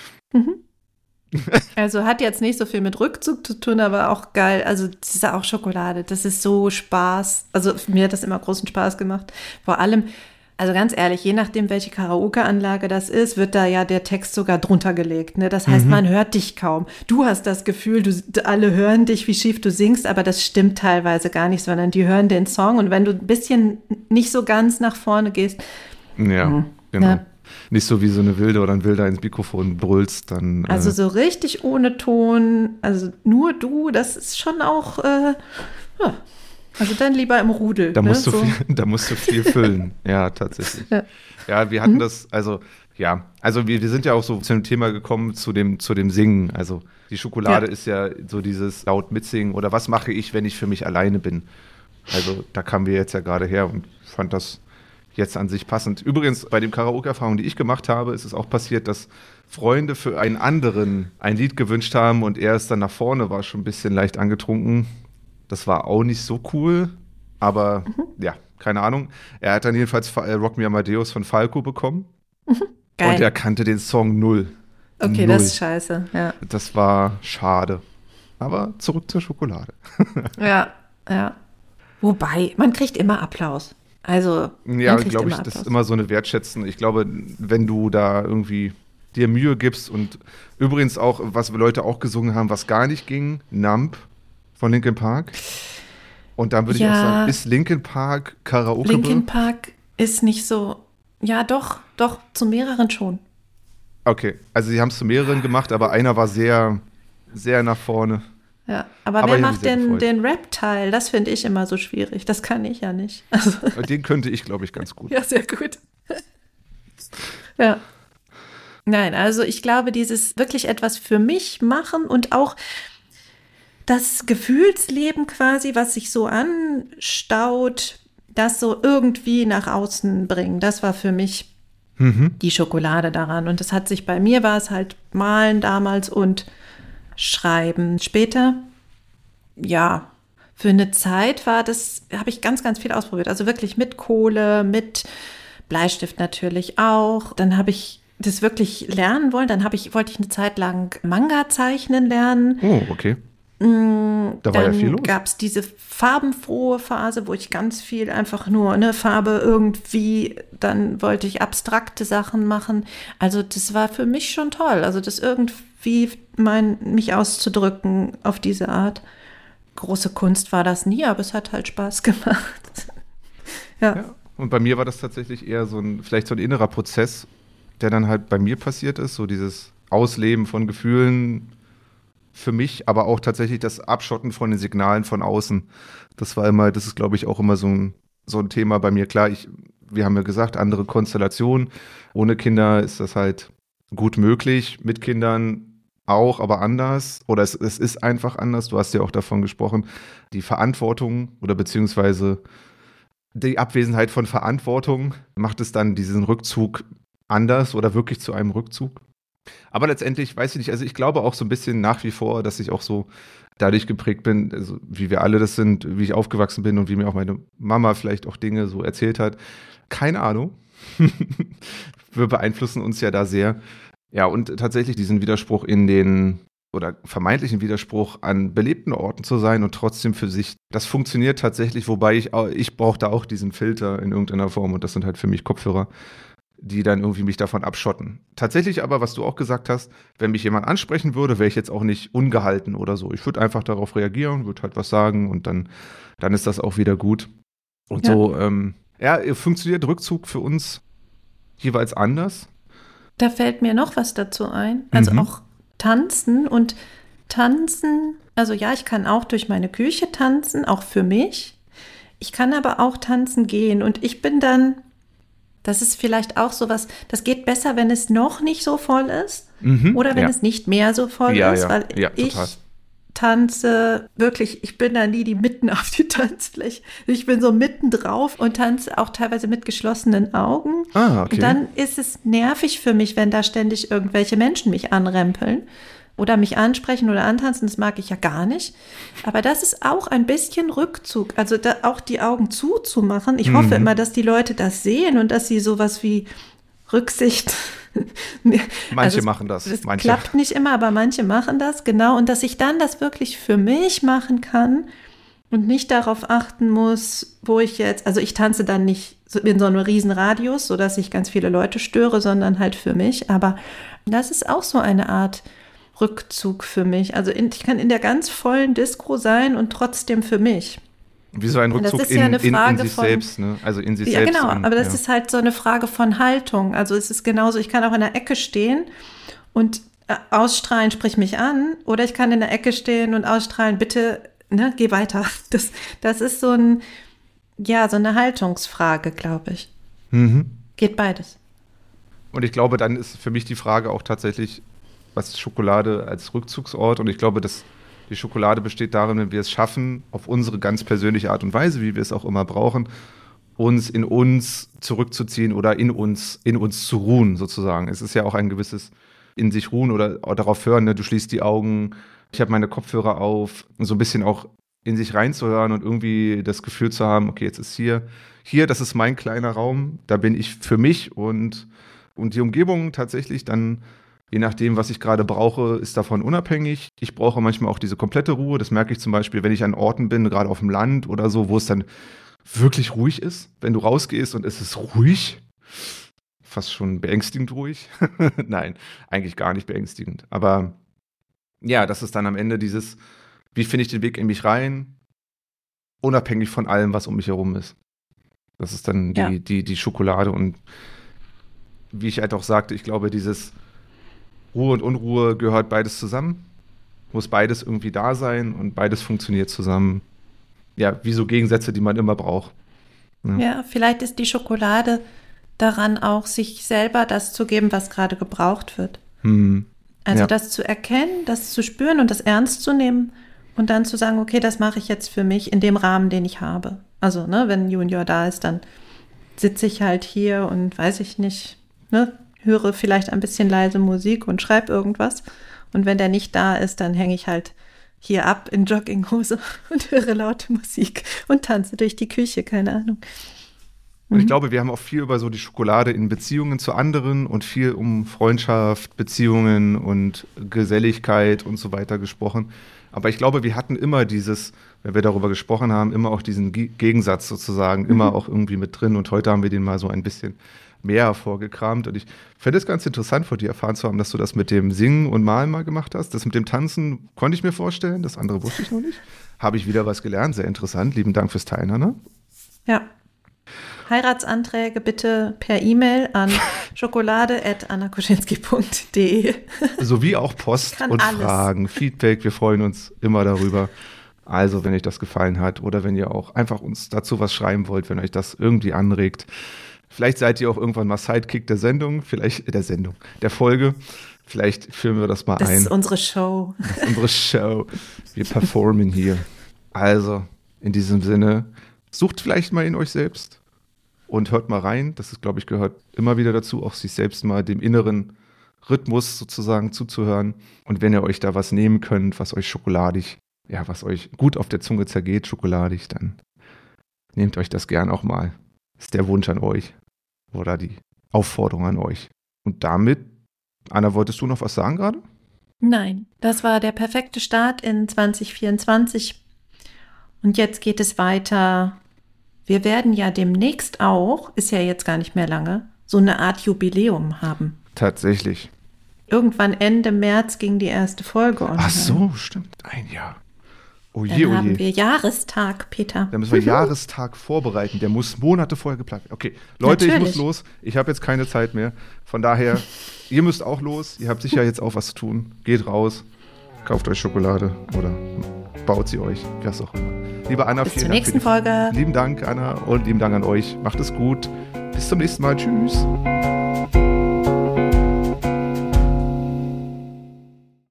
Also hat jetzt nicht so viel mit Rückzug zu tun, aber auch geil. Also das ist auch Schokolade, das ist so Spaß. Also mir hat das immer großen Spaß gemacht. Vor allem, also ganz ehrlich, je nachdem, welche Karaoke-Anlage das ist, wird da ja der Text sogar drunter gelegt. Ne? Das heißt, man hört dich kaum. Du hast das Gefühl, du, alle hören dich, wie schief du singst, aber das stimmt teilweise gar nicht, sondern die hören den Song. Und wenn du ein bisschen nicht so ganz nach vorne gehst, Ja, Mhm. genau. Ja. Nicht so wie so eine Wilde oder ein Wilder ins Mikrofon brüllst, dann. also äh, so richtig ohne Ton, also nur du, das ist schon auch, äh, ja. Also dann lieber im Rudel. Da ne? musst du so. viel, da musst du viel füllen. Ja, tatsächlich. Ja. Ja, wir hatten das, also, ja, also wir, wir sind ja auch so zu dem Thema gekommen, zu dem, zu dem Singen. Also die Schokolade Ja. ist ja so dieses laut mitsingen oder was mache ich, wenn ich für mich alleine bin. Also da kamen wir jetzt ja gerade her und fand das jetzt an sich passend. Übrigens, bei den Karaoke-Erfahrungen, die ich gemacht habe, ist es auch passiert, dass Freunde für einen anderen ein Lied gewünscht haben und er ist dann nach vorne, war schon ein bisschen leicht angetrunken. Das war auch nicht so cool, aber ja, keine Ahnung. Er hat dann jedenfalls Fa- äh, Rock Me Amadeus von Falco bekommen Geil. und er kannte den Song null. Okay, null. das ist scheiße. Ja, Das war schade. Aber zurück zur Schokolade. ja, ja. Wobei, man kriegt immer Applaus. Also, Ja, man kriegt glaube ich, immer das ist Applaus. immer so eine Wertschätzung. Ich glaube, wenn du da irgendwie dir Mühe gibst und übrigens auch, was Leute auch gesungen haben, was gar nicht ging, Numb von Linkin Park. Und dann würde ich Ja. auch sagen, ist Linkin Park Karaoke? Linkin Park ist nicht so, ja doch, doch, zu mehreren schon. Okay, also sie haben es zu mehreren gemacht, aber einer war sehr, sehr nach vorne. Ja, aber, Aber wer ich hab macht mich sehr denn gefreut. den Rap-Teil? Das finde ich immer so schwierig. Das kann ich ja nicht. Also, Den könnte ich, glaube ich, ganz gut. ja, sehr gut. Ja. Nein, also ich glaube, dieses wirklich etwas für mich machen und auch das Gefühlsleben quasi, was sich so anstaut, das so irgendwie nach außen bringen, das war für mich Mhm. die Schokolade daran. Und das hat sich bei mir, war es halt Malen damals und Schreiben. Später, ja, für eine Zeit war das, habe ich ganz, ganz viel ausprobiert. Also wirklich mit Kohle, mit Bleistift natürlich auch. Dann habe ich das wirklich lernen wollen. Dann habe ich, wollte ich eine Zeit lang Manga zeichnen lernen. Oh, okay. Da war ja viel los. Dann gab es diese farbenfrohe Phase, wo ich ganz viel einfach nur eine Farbe irgendwie, dann wollte ich abstrakte Sachen machen. Also das war für mich schon toll. Also das irgendwie mein, mich auszudrücken auf diese Art. Große Kunst war das nie, aber es hat halt Spaß gemacht. Ja. Ja. Und bei mir war das tatsächlich eher so ein, vielleicht so ein innerer Prozess, der dann halt bei mir passiert ist, so dieses Ausleben von Gefühlen für mich, aber auch tatsächlich das Abschotten von den Signalen von außen. Das war immer, das ist, glaube ich, auch immer so ein, so ein Thema bei mir. Klar, ich, wir haben ja gesagt, andere Konstellationen. Ohne Kinder ist das halt gut möglich, mit Kindern auch, aber anders. Oder es, es ist einfach anders. Du hast ja auch davon gesprochen, die Verantwortung oder beziehungsweise die Abwesenheit von Verantwortung macht es dann diesen Rückzug anders oder wirklich zu einem Rückzug. Aber letztendlich, weiß ich nicht, also ich glaube auch so ein bisschen nach wie vor, dass ich auch so dadurch geprägt bin, also wie wir alle das sind, wie ich aufgewachsen bin und wie mir auch meine Mama vielleicht auch Dinge so erzählt hat. Keine Ahnung. Wir beeinflussen uns ja da sehr. Ja, und tatsächlich diesen Widerspruch in den, oder vermeintlichen Widerspruch an belebten Orten zu sein und trotzdem für sich, das funktioniert tatsächlich, wobei ich, auch, ich brauche da auch diesen Filter in irgendeiner Form und das sind halt für mich Kopfhörer, die dann irgendwie mich davon abschotten. Tatsächlich aber, was du auch gesagt hast, wenn mich jemand ansprechen würde, wäre ich jetzt auch nicht ungehalten oder so. Ich würde einfach darauf reagieren, würde halt was sagen und dann, dann ist das auch wieder gut. Und Ja. so, ähm, ja, funktioniert Rückzug für uns jeweils anders. Da fällt mir noch was dazu ein. Also Mhm. auch Tanzen und Tanzen, also ja, ich kann auch durch meine Küche tanzen, auch für mich. Ich kann aber auch tanzen gehen und ich bin dann, das ist vielleicht auch sowas, das geht besser, wenn es noch nicht so voll ist Mhm. oder wenn Ja. es nicht mehr so voll Ja, ist, ja. weil Ja, ich total. tanze wirklich, ich bin da nie die mitten auf die Tanzfläche. Ich bin so mitten drauf und tanze auch teilweise mit geschlossenen Augen. Ah, okay. Und dann ist es nervig für mich, wenn da ständig irgendwelche Menschen mich anrempeln oder mich ansprechen oder antanzen. Das mag ich ja gar nicht. Aber das ist auch ein bisschen Rückzug. Also da auch die Augen zuzumachen. Ich hoffe immer, dass die Leute das sehen und dass sie sowas wie Rücksicht. Manche es- machen das, Es manche. klappt nicht immer, aber manche machen das, genau. Und dass ich dann das wirklich für mich machen kann und nicht darauf achten muss, wo ich jetzt, also ich tanze dann nicht so in so einem riesen Radius, sodass ich ganz viele Leute störe, sondern halt für mich. Aber das ist auch so eine Art Rückzug für mich. Also in, ich kann in der ganz vollen Disco sein und trotzdem für mich. Wie so ein Das Rückzug ist in, ja eine in, in Frage sich von- selbst, ne? Also in sich Ja, selbst. genau, und, aber das ja. ist halt so eine Frage von Haltung. Also es ist genauso, ich kann auch in der Ecke stehen und äh, ausstrahlen, sprich mich an, oder ich kann in der Ecke stehen und ausstrahlen, bitte, ne, geh weiter. Das, das ist so ein, ja, so eine Haltungsfrage, glaube ich. Mhm. Geht beides. Und ich glaube, dann ist für mich die Frage auch tatsächlich, was ist Schokolade als Rückzugsort? Und ich glaube, dass die Schokolade besteht darin, wenn wir es schaffen, auf unsere ganz persönliche Art und Weise, wie wir es auch immer brauchen, uns in uns zurückzuziehen oder in uns, in uns zu ruhen, sozusagen. Es ist ja auch ein gewisses in sich ruhen oder auch darauf hören, ne? Du schließt die Augen, ich habe meine Kopfhörer auf, so ein bisschen auch in sich reinzuhören und irgendwie das Gefühl zu haben, okay, jetzt ist hier, hier, das ist mein kleiner Raum, da bin ich für mich und, und die Umgebung tatsächlich dann, je nachdem, was ich gerade brauche, ist davon unabhängig. Ich brauche manchmal auch diese komplette Ruhe. Das merke ich zum Beispiel, wenn ich an Orten bin, gerade auf dem Land oder so, wo es dann wirklich ruhig ist. Wenn du rausgehst und es ist ruhig, fast schon beängstigend ruhig. Nein, eigentlich gar nicht beängstigend. Aber ja, das ist dann am Ende dieses, wie finde ich den Weg in mich rein, unabhängig von allem, was um mich herum ist. Das ist dann die, Ja. die, die Schokolade und wie ich halt auch sagte, ich glaube, dieses Ruhe und Unruhe gehört beides zusammen. Muss beides irgendwie da sein und beides funktioniert zusammen. Ja, wie so Gegensätze, die man immer braucht. Ja. Ja, vielleicht ist die Schokolade daran auch, sich selber das zu geben, was gerade gebraucht wird. Hm. Also Ja. das zu erkennen, das zu spüren und das ernst zu nehmen und dann zu sagen, okay, das mache ich jetzt für mich in dem Rahmen, den ich habe. Also, ne, wenn Junior da ist, dann sitze ich halt hier und weiß ich nicht, ne, höre vielleicht ein bisschen leise Musik und schreibe irgendwas. Und wenn der nicht da ist, dann hänge ich halt hier ab in Jogginghose und höre laute Musik und tanze durch die Küche, keine Ahnung. Und ich Mhm. glaube, wir haben auch viel über so die Schokolade in Beziehungen zu anderen und viel um Freundschaft, Beziehungen und Geselligkeit und so weiter gesprochen. Aber ich glaube, wir hatten immer dieses, wenn wir darüber gesprochen haben, immer auch diesen Ge- Gegensatz sozusagen, immer auch irgendwie mit drin. Und heute haben wir den mal so ein bisschen mehr hervorgekramt. Und ich finde es ganz interessant, von dir erfahren zu haben, dass du das mit dem Singen und Malen mal gemacht hast. Das mit dem Tanzen konnte ich mir vorstellen, das andere wusste ich noch nicht. Habe ich wieder was gelernt, sehr interessant. Lieben Dank fürs Teilen, Hanna. Ja, Heiratsanträge bitte per E-Mail an schokolade at anna koschinski punkt de. Sowie auch Post Kann und alles. Fragen, Feedback. Wir freuen uns immer darüber. Also, wenn euch das gefallen hat oder wenn ihr auch einfach uns dazu was schreiben wollt, wenn euch das irgendwie anregt. Vielleicht seid ihr auch irgendwann mal Sidekick der Sendung, vielleicht der Sendung, der Folge. Vielleicht führen wir das mal Das ein. ist unsere Show. Das ist unsere Show. Wir performen hier. Also, in diesem Sinne, sucht vielleicht mal in euch selbst und hört mal rein. Das ist, glaube ich, gehört immer wieder dazu, auch sich selbst mal dem inneren Rhythmus sozusagen zuzuhören. Und wenn ihr euch da was nehmen könnt, was euch schokoladig, ja, was euch gut auf der Zunge zergeht, schokoladig, dann nehmt euch das gern auch mal. Das ist der Wunsch an euch oder die Aufforderung an euch. Und damit, Anna, wolltest du noch was sagen gerade? Nein, das war der perfekte Start in zwanzig vierundzwanzig. Und jetzt geht es weiter. Wir werden ja demnächst auch, ist ja jetzt gar nicht mehr lange, so eine Art Jubiläum haben. Tatsächlich. Irgendwann Ende März ging die erste Folge online. Ach so, stimmt. Ein Jahr. Oh Dann je, oh haben je. wir Jahrestag, Peter. Da müssen wir Jahrestag vorbereiten. Der muss Monate vorher geplant werden. Okay, Leute, Natürlich. ich muss los. Ich habe jetzt keine Zeit mehr. Von daher, ihr müsst auch los. Ihr habt sicher jetzt auch was zu tun. Geht raus, kauft euch Schokolade oder baut sie euch, was auch immer. Liebe Anna, Bis vielen zur Dank. nächsten für die- Folge. Lieben Dank, Anna, und lieben Dank an euch. Macht es gut. Bis zum nächsten Mal. Tschüss.